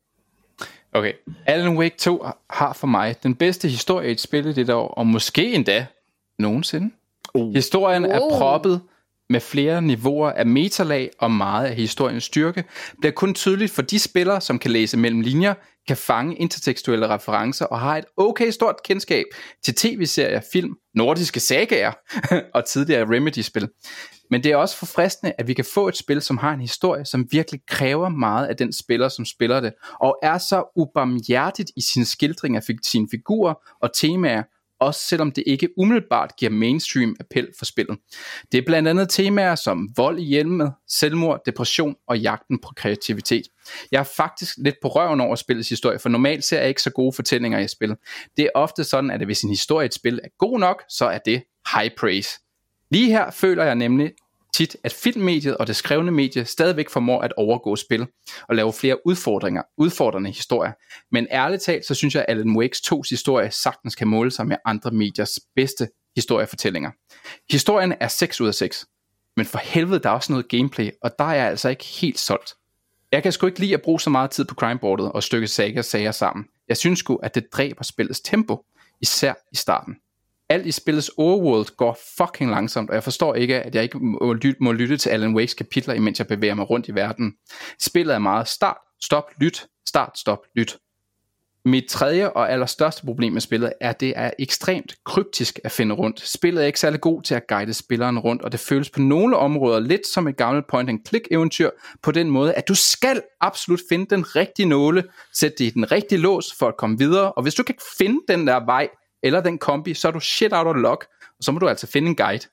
Okay, Alan Wake 2 har for mig den bedste historie i et spil i det år, og måske endda nogensinde. Historien er proppet med flere niveauer af metalag, og meget af historiens styrke bliver kun tydeligt for de spillere, som kan læse mellem linjer, kan fange intertekstuelle referencer og har et okay stort kendskab til tv-serier, film, nordiske sagaer og tidligere Remedy-spil. Men det er også forfriskende, at vi kan få et spil, som har en historie, som virkelig kræver meget af den spiller, som spiller det, og er så ubarmhjertigt i sin skildring af sine figurer og temaer, også selvom det ikke umiddelbart giver mainstream appel for spillet. Det er blandt andet temaer som vold i hjemmet, selvmord, depression og jagten på kreativitet. Jeg er faktisk lidt på røven over spillets historie, for normalt ser jeg ikke så gode fortællinger i spil. Det er ofte sådan, at hvis en historie i et spil er god nok, så er det high praise. Lige her føler jeg nemlig tit, at filmmediet og det skrevne medie stadigvæk formår at overgå spil og lave flere udfordrende historier. Men ærligt talt, så synes jeg, at Alan Wakes 2's historie sagtens kan måle sig med andre mediers bedste historiefortællinger. Historien er 6 ud af 6, men for helvede, der er også noget gameplay, og der er jeg altså ikke helt solgt. Jeg kan sgu ikke lide at bruge så meget tid på crimeboardet og stykke sager sammen. Jeg synes sgu, at det dræber spillets tempo, især i starten. Alt i spillets overworld går fucking langsomt, og jeg forstår ikke, at jeg ikke må lytte til Alan Wakes kapitler, imens jeg bevæger mig rundt i verden. Spillet er meget start, stop, lyt, start, stop, lyt. Mit tredje og allerstørste problem med spillet er, at det er ekstremt kryptisk at finde rundt. Spillet er ikke særlig god til at guide spilleren rundt, og det føles på nogle områder lidt som et gammelt point-and-click eventyr, på den måde, at du skal absolut finde den rigtige nåle, sætte det i den rigtige lås for at komme videre, og hvis du kan finde den der vej, eller den kombi, så er du shit out of luck, og så må du altså finde en guide.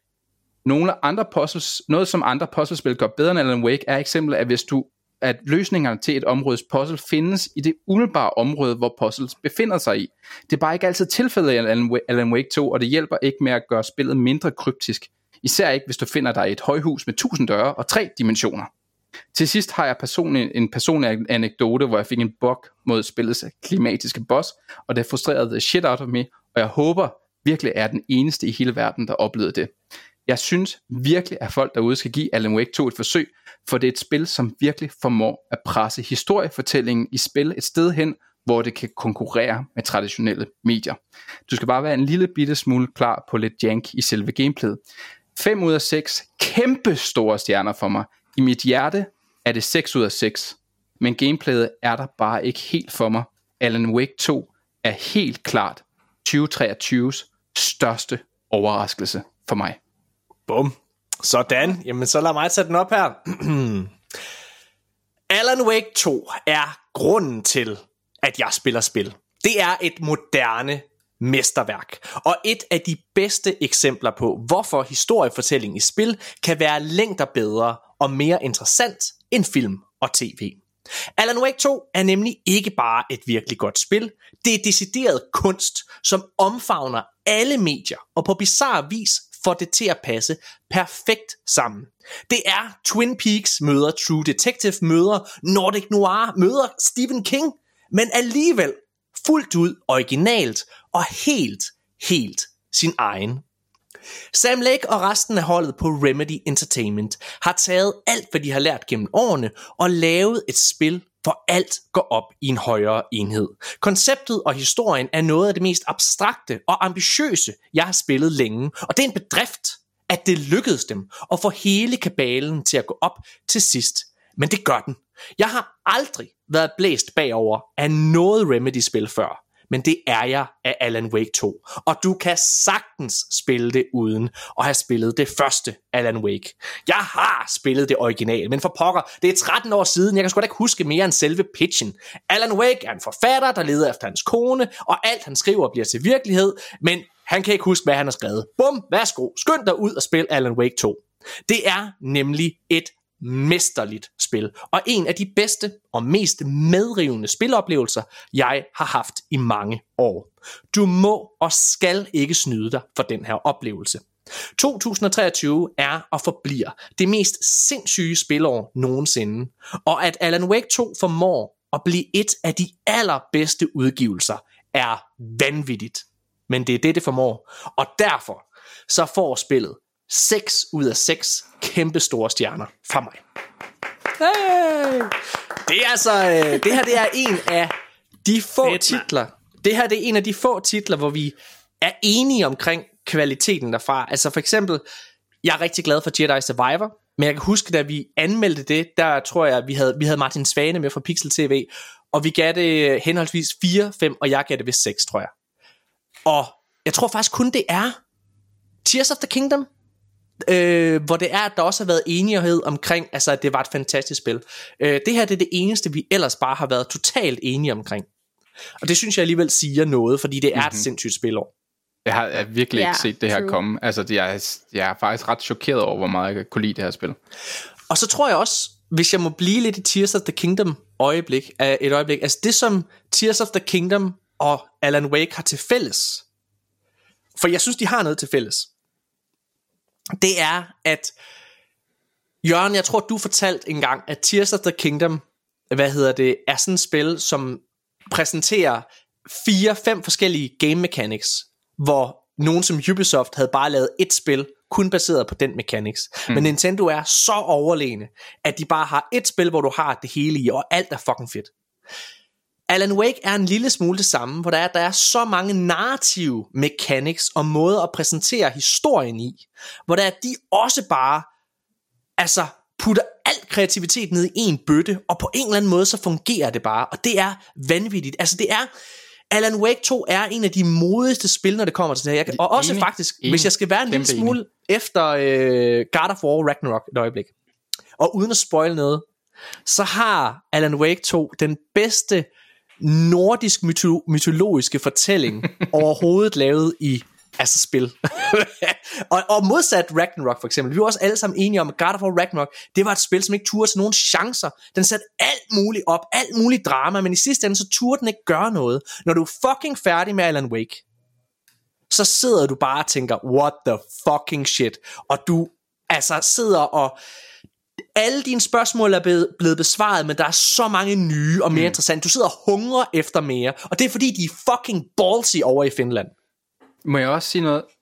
Noget som andre puzzlespil gør bedre end Alan Wake, er eksempel, at løsningerne til et områdes puzzle findes i det umiddelbare område, hvor puzzles befinder sig i. Det er bare ikke altid tilfældet i Alan Wake 2, og det hjælper ikke med at gøre spillet mindre kryptisk. Især ikke, hvis du finder dig i et højhus med 1000 døre og 3 dimensioner. Til sidst har jeg en personlig anekdote, hvor jeg fik en bug mod spillets klimatiske boss, og det frustrerede the shit out of me, og jeg håber virkelig er den eneste i hele verden, der oplevede det. Jeg synes virkelig, at folk derude skal give Alan Wake 2 et forsøg, for det er et spil, som virkelig formår at presse historiefortællingen i spil et sted hen, hvor det kan konkurrere med traditionelle medier. Du skal bare være en lille bitte smule klar på lidt jank i selve gameplayet. 5 ud af 6 kæmpe store stjerner for mig. I mit hjerte er det 6 ud af 6, men gameplayet er der bare ikke helt for mig. Alan Wake 2 er helt klart 2023's største overraskelse for mig. Bum. Sådan. Jamen, så lad mig tage den op her. Alan Wake 2 er grunden til, at jeg spiller spil. Det er et moderne mesterværk, og et af de bedste eksempler på, hvorfor historiefortælling i spil kan være længder bedre og mere interessant end film og tv. Alan Wake 2 er nemlig ikke bare et virkelig godt spil, det er decideret kunst, som omfavner alle medier og på bizarre vis får det til at passe perfekt sammen. Det er Twin Peaks møder True Detective møder Nordic Noir møder Stephen King, men alligevel fuldt ud originalt og helt sin egen. Sam Lake og resten af holdet på Remedy Entertainment har taget alt, hvad de har lært gennem årene, og lavet et spil, hvor alt går op i en højere enhed. Konceptet og historien er noget af det mest abstrakte og ambitiøse, jeg har spillet længe, og det er en bedrift, at det lykkedes dem at få hele kabalen til at gå op til sidst. Men det gør den. Jeg har aldrig været blæst bagover af noget Remedy-spil før, men det er jeg af Alan Wake 2. Og du kan sagtens spille det uden at have spillet det første Alan Wake. Jeg har spillet det original, men for pokker, det er 13 år siden, jeg kan sgu da ikke huske mere end selve pitchen. Alan Wake er en forfatter, der leder efter hans kone, og alt han skriver bliver til virkelighed, men han kan ikke huske, hvad han har skrevet. Bum, værsgo, skynd dig ud og spil Alan Wake 2. Det er nemlig et mesterligt spil, og en af de bedste og mest medrivende spiloplevelser, jeg har haft i mange år. Du må og skal ikke snyde dig for den her oplevelse. 2023 er og forbliver det mest sindssyge spilår nogensinde, og at Alan Wake 2 formår at blive et af de allerbedste udgivelser, er vanvittigt. men det er det formår. Og derfor så får spillet 6 ud af 6 kæmpe store stjerner fra mig. Hey! Det er altså det her, det er en af de få titler. Det her, det er en af de få titler, hvor vi er enige omkring kvaliteten derfra. Altså for eksempel, jeg er rigtig glad for Jedi Survivor, men jeg kan huske, da vi anmeldte det, der tror jeg, vi havde Martin Svane med fra Pixel TV, og vi gav det henholdsvis 4, 5, og jeg gav det vist 6, tror jeg. Og jeg tror faktisk kun det er Tears of the Kingdom, hvor det er, at der også har været enighed omkring, altså at det var et fantastisk spil. Det her, det er det eneste, vi ellers bare har været totalt enige omkring. Og det synes jeg alligevel siger noget, fordi det er et sindssygt spilår. Jeg har virkelig ikke set det her komme. Altså, jeg er faktisk ret chokeret over, hvor meget jeg kunne lide det her spil. Og så tror jeg også, hvis jeg må blive lidt i Tears of the Kingdom et øjeblik, altså det som Tears of the Kingdom og Alan Wake har til fælles, for jeg synes, de har noget til fælles, det er, at Jørgen, jeg tror, du fortalte engang, at Tears of the Kingdom, er sådan et spil, som præsenterer 4-5 forskellige game mechanics, hvor nogen som Ubisoft havde bare lavet et spil, kun baseret på den mechanics. Men Nintendo er så overlegne, at de bare har et spil, hvor du har det hele i, og alt er fucking fedt. Alan Wake er en lille smule det samme, hvor der er så mange narrative mechanics og måder at præsentere historien i, hvor der er de også bare putter alt kreativitet ned i en bøtte, og på en eller anden måde så fungerer det bare, og det er vanvittigt. Altså det er Alan Wake 2 er en af de modigste spil, når det kommer til det her. Og også faktisk, hvis jeg skal være en lille smule efter God of War Ragnarok et øjeblik, og uden at spoil noget, så har Alan Wake 2 den bedste nordisk mytologiske fortælling overhovedet lavet i spil. og modsat Ragnarok for eksempel, vi var også alle sammen enige om, at God of War Ragnarok, det var et spil, som ikke turde til nogen chancer. Den satte alt muligt op, alt muligt drama, men i sidste ende, så turde den ikke gøre noget. Når du er fucking færdig med Alan Wake, så sidder du bare og tænker, what the fucking shit, og du sidder og alle dine spørgsmål er blevet besvaret, men der er så mange nye og mere interessante. Du sidder og hungrer efter mere, og det er fordi, de er fucking ballsy over i Finland. Må jeg også sige noget?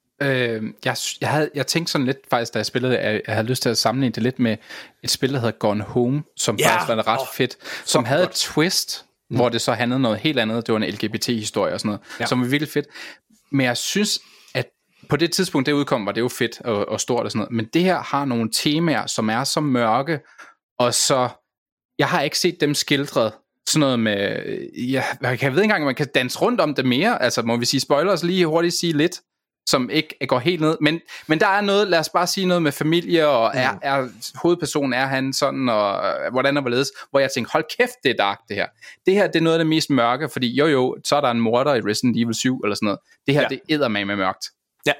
Jeg tænkte sådan lidt faktisk, da jeg spillede, jeg havde lyst til at sammenligne det lidt med et spil, der hedder Gone Home, som faktisk var ret fedt, som havde et twist, hvor det så handlede noget helt andet. Det var en LGBT-historie og sådan noget, som var virkelig fedt. Men jeg synes, at på det tidspunkt, det udkom, var det jo fedt og stort og sådan noget. Men det her har nogle temaer, som er så mørke, og så, jeg har ikke set dem skildret. Sådan noget med, jeg ved ikke engang, om man kan danse rundt om det mere. Altså må vi sige spoilers, lige hurtigt sige lidt, som ikke går helt ned. Men der er noget, lad os bare sige noget med familie, og er hovedpersonen, er han sådan, og hvordan og hvorledes, hvor jeg tænker, hold kæft, det er dark det her. Det her, det er noget af det mest mørke, fordi jo, så er der en morder i Resident Evil 7, eller sådan noget. Det her, det eddermame med mørkt. Ja.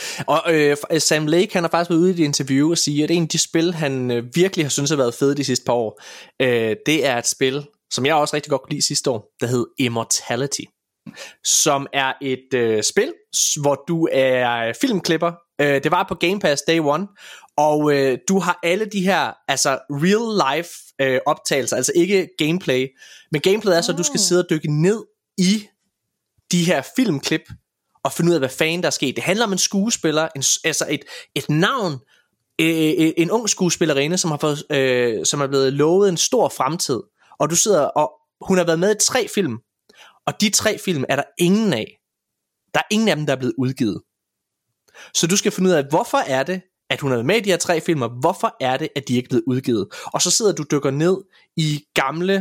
Og Sam Lake, han har faktisk været ude i et interview og sige, at en af de spil, han virkelig har syntes har været fede de sidste par år, det er et spil, som jeg også rigtig godt kunne lide sidste år, der hed Immortality, som er et spil, hvor du er filmklipper. Det var på Game Pass Day 1, og du har alle de her real life optagelser, altså ikke gameplay, men gameplayet er så, at du skal sidde og dykke ned i de her filmklip og finde ud af, hvad fanden der er sket. Det handler om en skuespiller, et navn, en ung skuespillerinde, som er blevet lovet en stor fremtid. Og du sidder, og hun har været med i 3 film, og de 3 film er der ingen af. Der er ingen af dem, der er blevet udgivet. Så du skal finde ud af, hvorfor er det, at hun er med i de her 3 film, og hvorfor er det, at de ikke er blevet udgivet. Og så sidder du og dykker ned i gamle,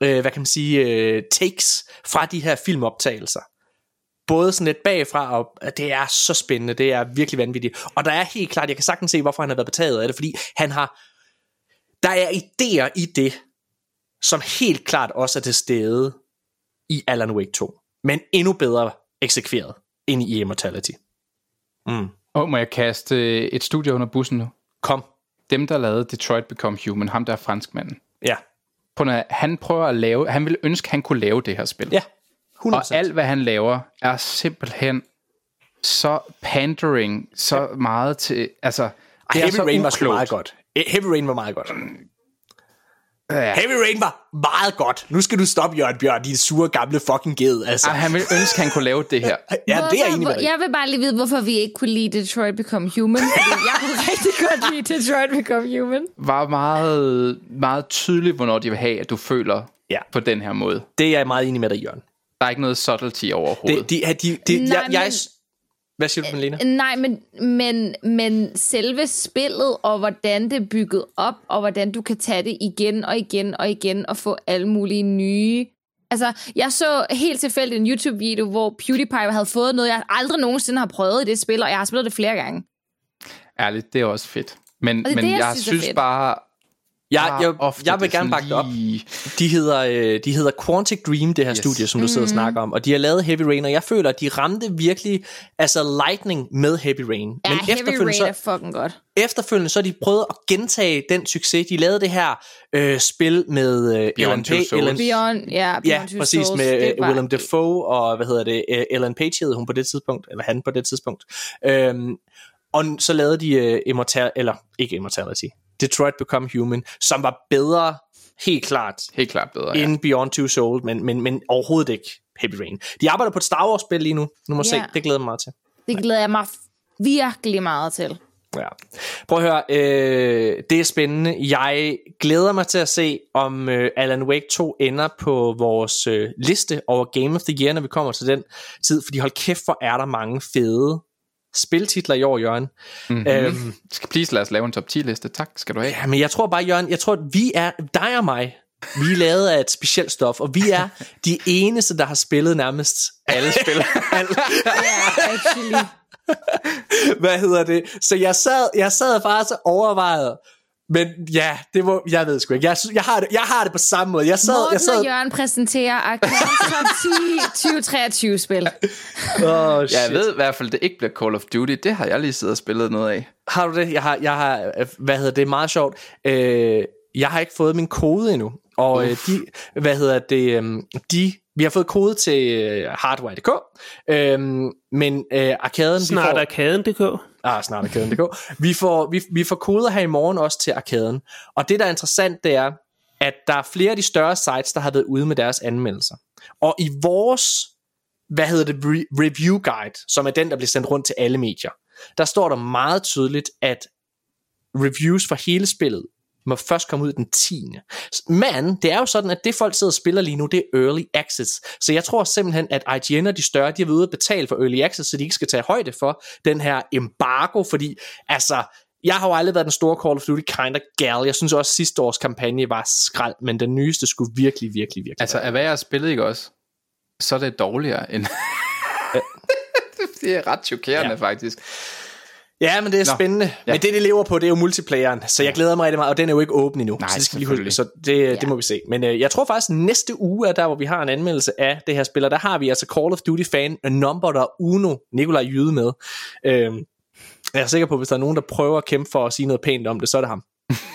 takes fra de her filmoptagelser. Både sådan lidt bagfra, og det er så spændende, det er virkelig vanvittigt. Og der er helt klart, jeg kan sagtens se, hvorfor han har været betaget af det, fordi der er idéer i det, som helt klart også er til stede i Alan Wake 2, men endnu bedre eksekveret end i Immortality. Må jeg kaste et studie under bussen nu? Kom. Dem, der lavede Detroit Become Human, ham der er franskmanden. Ja. Han prøver at lave, han ville ønske, han kunne lave det her spil. Ja, 100%. Og alt, hvad han laver, er simpelthen så pandering, så meget til, Heavy Rain var meget godt. Heavy Rain var meget godt. Heavy Rain var meget godt. Nu skal du stoppe, Jørgen Bjørn, din sure gamle fucking ged. Altså. Han ville ønske, han kunne lave det her. Ja, det er enig med dig. Jeg vil bare lige vide, hvorfor vi ikke kunne lide Detroit Become Human. Fordi jeg kunne rigtig godt lide Detroit Become Human. Var meget, meget tydeligt, hvornår de vil have, at du føler på den her måde. Det er jeg meget enig med dig, Jørgen. Der er ikke noget subtlety overhovedet. Hvad siger du, Malene? Nej, men selve spillet, og hvordan det er bygget op, og hvordan du kan tage det igen og igen og igen, og få alle mulige nye... Altså, jeg så helt tilfældigt en YouTube-video, hvor PewDiePie havde fået noget, jeg aldrig nogensinde har prøvet i det spil, og jeg har spillet det flere gange. Ærligt, det er også fedt. Men det, jeg synes bare... Jeg vil gerne bakke det op. De hedder Quantic Dream, det her studie, som du sidder og snakker om. Og de har lavet Heavy Rain, og jeg føler, at de ramte virkelig lightning med Heavy Rain. Ja, men Heavy Rain er fucking godt. Efterfølgende så har de prøvet at gentage den succes. De lavede det her spil med Beyond Two Souls. Beyond Two præcis, Souls, med Willem Dafoe og Ellen Page hed hun på det tidspunkt, eller han på det tidspunkt. Og så lavede de Immortality. Detroit Become Human, som var bedre, helt klart bedre, end Beyond Two Souls, men overhovedet ikke Heavy Rain. De arbejder på et Star Wars spil lige nu. Nu må se, det glæder jeg mig meget til. Det glæder jeg mig virkelig meget til. Ja. Prøv at høre, det er spændende. Jeg glæder mig til at se, om Alan Wake 2 ender på vores liste over Game of the Year, når vi kommer til den tid, fordi hold kæft, hvor er der mange fede spiltitler i år, Jørgen. Skal please lad os lave en top 10 liste. Tak skal du have. Ja, men jeg tror bare, Jørgen, at vi er, dig og mig, vi er lavet af et specielt stof, og vi er de eneste, der har spillet nærmest alle spil. Actually. Hvad hedder det? Så jeg sad faktisk og overvejede, men ja, det var, jeg ved sgu ikke. Jeg har det på samme måde. Morten og Jørgen præsenterer Arkade's top 10 2023 spil. Jeg ved i hvert fald, det ikke bliver Call of Duty. Det har jeg lige siddet og spillet noget af. Har du det? Jeg har, det er meget sjovt. Jeg har ikke fået min kode endnu. Og vi har fået kode til hardware.dk, men arkaden... Snart arkaden.dk. Snart arkaden.dk. Vi får koder her i morgen også til arkaden. Og det, der er interessant, det er, at der er flere af de større sites, der har været ude med deres anmeldelser. Og i vores, review guide, som er den, der bliver sendt rundt til alle medier, der står der meget tydeligt, at reviews for hele spillet må først komme ud den 10. Men det er jo sådan, at det folk sidder og spiller lige nu, det er early access. Så jeg tror simpelthen, at IGN og de større, de har været ude at betale for early access, så de ikke skal tage højde for den her embargo, fordi altså, jeg har jo aldrig været den store Call of Duty kind of gal. Jeg synes også, at sidste års kampagne var skrald, men den nyeste skulle virkelig altså, af hvad jeg har spillet, ikke også, så er det dårligere end... det er ret chokerende, faktisk. Ja, men det er spændende. Ja. Men det lever på, det er jo multiplayeren. Så jeg glæder mig rigtig meget, og den er jo ikke åben endnu. Nej, så det skal vi huske. Så det må vi se. Men jeg tror faktisk, næste uge er der, hvor vi har en anmeldelse af det her spil. Og der har vi altså Call of Duty-fan number uno, Nikolaj Jyde, med. Jeg er sikker på, at hvis der er nogen, der prøver at kæmpe for at sige noget pænt om det, så er det ham.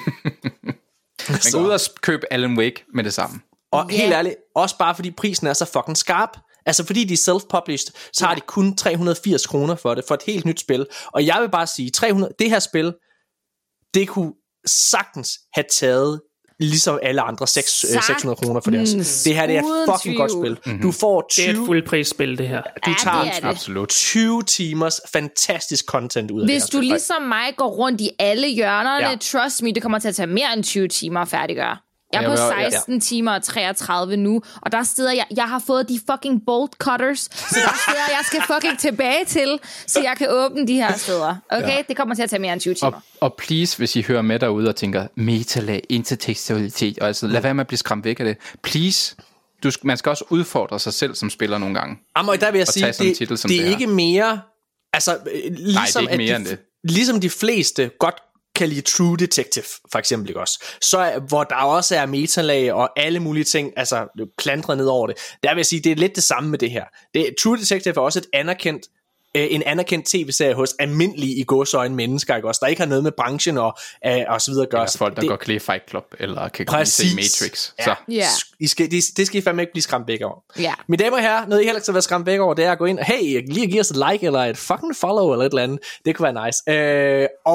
Man går ud og købe Alan Wake med det samme. Og helt ærligt, også bare fordi prisen er så fucking skarp. Altså fordi de er self-published, så har de kun 380 kroner for det, for et helt nyt spil. Og jeg vil bare sige, det her spil, det kunne sagtens have taget ligesom alle andre 600 kroner for deres. Det her, det er et fucking godt spil. Du får 20... Det er et fuldprisspil, det her. Du tager 20 timers fantastisk content ud af det her. Hvis du ligesom mig går rundt i alle hjørnerne, trust me, det kommer til at tage mere end 20 timer at færdiggøre. Jeg er på 16 timer og 33 nu, og der er steder, jeg har fået de fucking bolt cutters, så der er steder, jeg skal fucking tilbage til, så jeg kan åbne de her steder. Okay? Det kommer til at tage mere end 20 timer. Og please, hvis I hører med derude og tænker, metalag, intertekstualitet, og altså lad være med at blive skræmt væk af det. Please, man skal også udfordre sig selv som spiller nogle gange. Og der vil jeg sige, det er ikke mere, altså ligesom, nej, det er ikke mere end det. Ligesom de fleste godt kan lide True Detective, for eksempel, ikke også? Så hvor der også er metalag og alle mulige ting, altså klantret ned over det. Der vil jeg sige, det er lidt det samme med det her. True Detective er også en anerkendt tv-serie hos almindelige i gåseøjne mennesker, ikke også? Der ikke har noget med branchen og så videre at gøre. Eller folk, der går klæde Fight Club, eller kan gå se Matrix. Ja. Så. Det skal I fandme ikke blive skræmt væk over. Ja. Mine damer og herrer, noget I heller ikke skal være skræmt væk over, det er at gå ind og, hey, lige give os et like, eller et fucking follow, eller et eller andet. Det kunne være nice. Og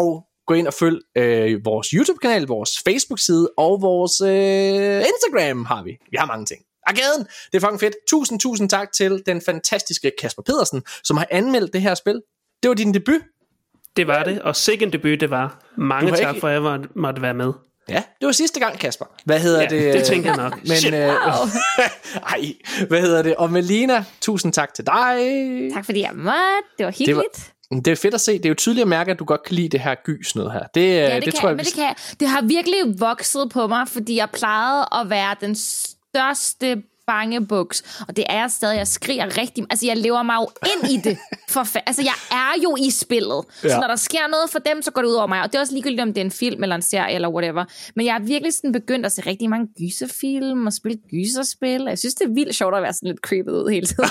gå ind og følg vores YouTube-kanal, vores Facebook-side og vores Instagram har vi. Vi har mange ting. Arkaden, det er fucking fedt. Tusind tak til den fantastiske Kasper Pedersen, som har anmeldt det her spil. Det var din debut. Det var det, og sikkend debut det var. Mange tak for, at jeg måtte være med. Ja, det var sidste gang, Kasper. Hvad hedder det? Det tænker jeg nok. Men, hvad hedder det? Og Melina, tusind tak til dig. Tak fordi jeg måtte. Det var hyggeligt. Det er fedt at se. Det er jo tydeligt at mærke, at du godt kan lide det her gys noget her. Det tror jeg, det har virkelig vokset på mig, fordi jeg plejede at være den største bangebuks, og det er jeg stadig. Jeg skriger rigtig. Altså, jeg lever mig jo ind i det. Altså, jeg er jo i spillet. Ja. Så når der sker noget for dem, så går det ud over mig. Og det er også ligegyldigt, om det er en film eller en serie eller whatever. Men jeg er virkelig sådan begyndt at se rigtig mange gyserfilm og spille gyserspil. Jeg synes, det er vildt sjovt at være sådan lidt creepet ud hele tiden.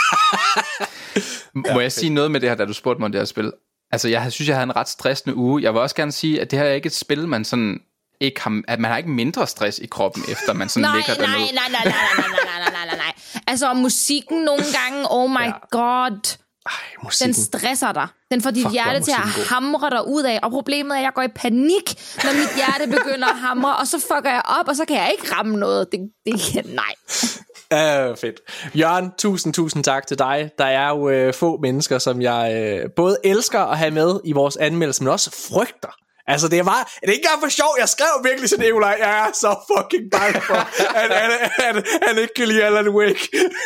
Må jeg sige noget med det her, da du spurgte mig om det her spil? Altså, jeg synes, jeg havde en ret stressende uge. Jeg vil også gerne sige, at det her er ikke et spil, man sådan ikke har, at man har ikke mindre stress i kroppen, efter man sådan ligger dernede. Nej. Altså, musikken nogle gange, oh my god. Den stresser dig. Den får dit hjerte til at hamre dig ud af. Og problemet er, at jeg går i panik, når mit hjerte begynder at hamre, og så fucker jeg op, og så kan jeg ikke ramme noget. Nej. Fedt. Jørgen, tusind tak til dig. Der er jo få mennesker, som jeg både elsker at have med i vores anmeldelse, men også frygter. Altså, det er ikke engang for sjov. Jeg skrev virkelig til Nikolaj, jeg er så fucking bange for, at han ikke kan lide Alan Wake.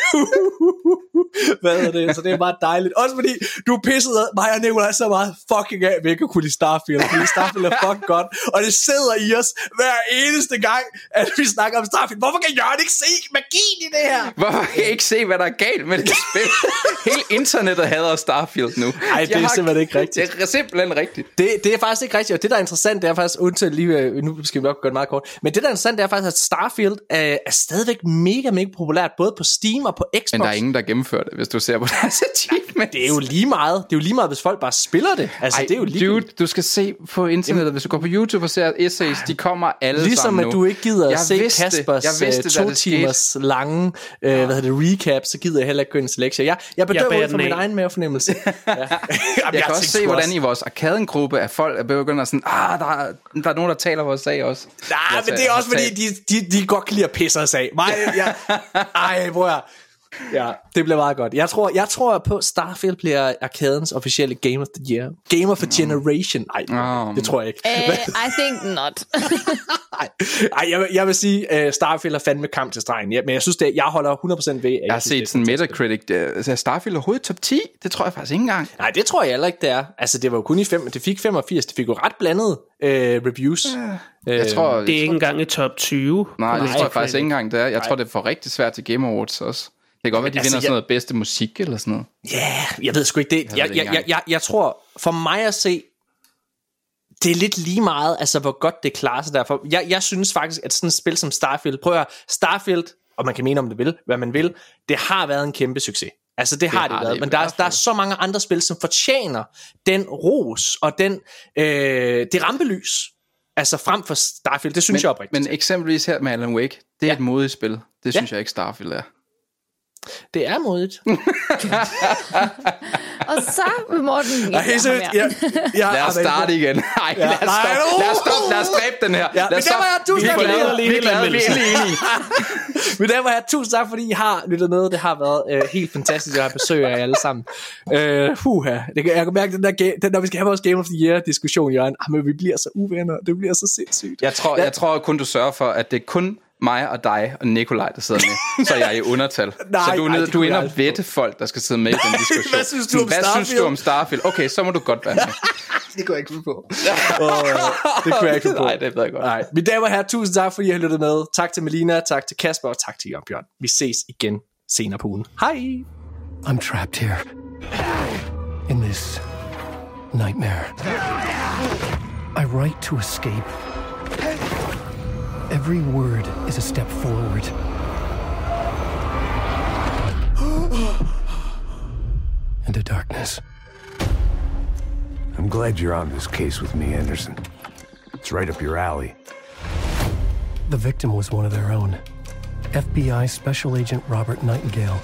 Hvad er det? Så det er bare dejligt. Også fordi, du pissede mig og Nikolaj så meget fucking af, at vi ikke kunne lide Starfield. Fordi Starfield er fucking godt. Og det sidder i os hver eneste gang, at vi snakker om Starfield. Hvorfor kan Jørgen ikke se magien i det her? Hvorfor kan jeg ikke se, hvad der er galt med det spil? Hele internettet hader Starfield nu. Nej, det er simpelthen ikke rigtigt. Det er simpelthen rigtigt. Det er faktisk ikke rigtigt. Og det, der er interessant, det er faktisk, undtagen lige, nu skal vi nok gøre det meget kort, men det, der er interessant, det er faktisk, at Starfield er stadigvæk mega populært, både på Steam og på Xbox. Men der er ingen, der gennemfører det, hvis du ser på deres achievements. Det er jo lige meget. Det er jo lige meget, hvis folk bare spiller det. Altså, det er jo lige dude, du skal se på internettet, hvis du går på YouTube og ser essays, de kommer alle ligesom sammen nu. Ligesom at du ikke gider at se Kaspers 2 timers lange recap, så gider jeg heller ikke gå ind til lektier. Jeg bedøver ud fra min egen mavefornemmelse. Jeg kan også se, hvordan i vores arkadengruppe af folk er begyndt at sådan, der er nogen, der taler vores sag også. Nej, men det er også fordi, de godt kan lide at pisse os af. Ej, bror. Ja, det bliver meget godt. Jeg tror på Starfield bliver arkadens officielle Game of the Year. Game of a Generation. Nej, det tror jeg ikke. I think not. Jeg vil sige, Starfield er fandme kamp til stregen. Men jeg synes, jeg holder 100% ved. Jeg har set sådan Metacritic. Starfield er overhovedet top 10. Det tror jeg faktisk ikke engang. Nej, det tror jeg heller ikke, det er. Altså, det var jo kun i 5. Det fik 85. Det fik jo ret blandede reviews. Jeg tror, det er ikke engang i top 20. Nej, det tror jeg faktisk ikke engang, det er. Jeg tror, det er for rigtig svært til Game Awards også. Det kan godt være, de vinder sådan noget bedste musik eller sådan noget. Ja, jeg ved sgu ikke det. Jeg tror, for mig at se, det er lidt lige meget, altså hvor godt det klarer sig derfor. Jeg synes faktisk, at sådan et spil som Starfield, prøv at høre, Starfield, og man kan mene om det vil, hvad man vil, det har været en kæmpe succes. Altså det har det været, men der er så mange andre spil, som fortjener den ros og den, det rampelys, altså frem for Starfield, det synes jeg oprigtigt. Men eksempelvis her med Alan Wake, det er et modigt spil. Det synes jeg ikke Starfield er. Det er modigt. Og så vil Morten... Lad os starte igen. Nej, lad os dræbe den her. Lad os Men der var jeg tusind tak, fordi I har lyttet med. Det har været helt fantastisk at have besøg af jer alle sammen. Jeg kan mærke, den når vi skal have vores Game of the Year diskussion, Jørgen, men vi bliver så uvenner. Det bliver så sindssygt. Jeg tror kun, du sørger for, at det er kun mig og dig og Nikolaj, der sidder med, så jeg er i undertal. Så du er inde og vette folk, der skal sidde med i den diskussion. Hvad synes du om Starfield? Okay, så må du godt være med. Det kunne jeg ikke finde på. Det kunne jeg ikke finde på. Nej, det ved jeg godt. Nej. Mine damer og herrer, tusind tak, fordi I har lyttet med. Tak til Melina, tak til Kasper, og tak til Jørgen Bjørn. Vi ses igen senere på ugen. Hej! I'm trapped here. In this nightmare. I write to escape. Every word is a step forward. Into darkness. I'm glad you're on this case with me, Anderson. It's right up your alley. The victim was one of their own. FBI Special Agent Robert Nightingale.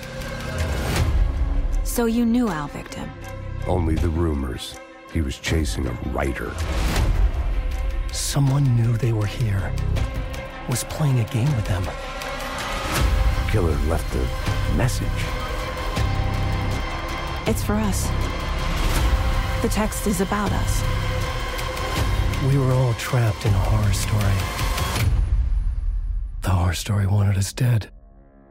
So you knew Al Victim? Only the rumors. He was chasing a writer. Someone knew they were here. Was playing a game with them. Killer left a message. It's for us. The text is about us. We were all trapped in a horror story. The horror story wanted us dead.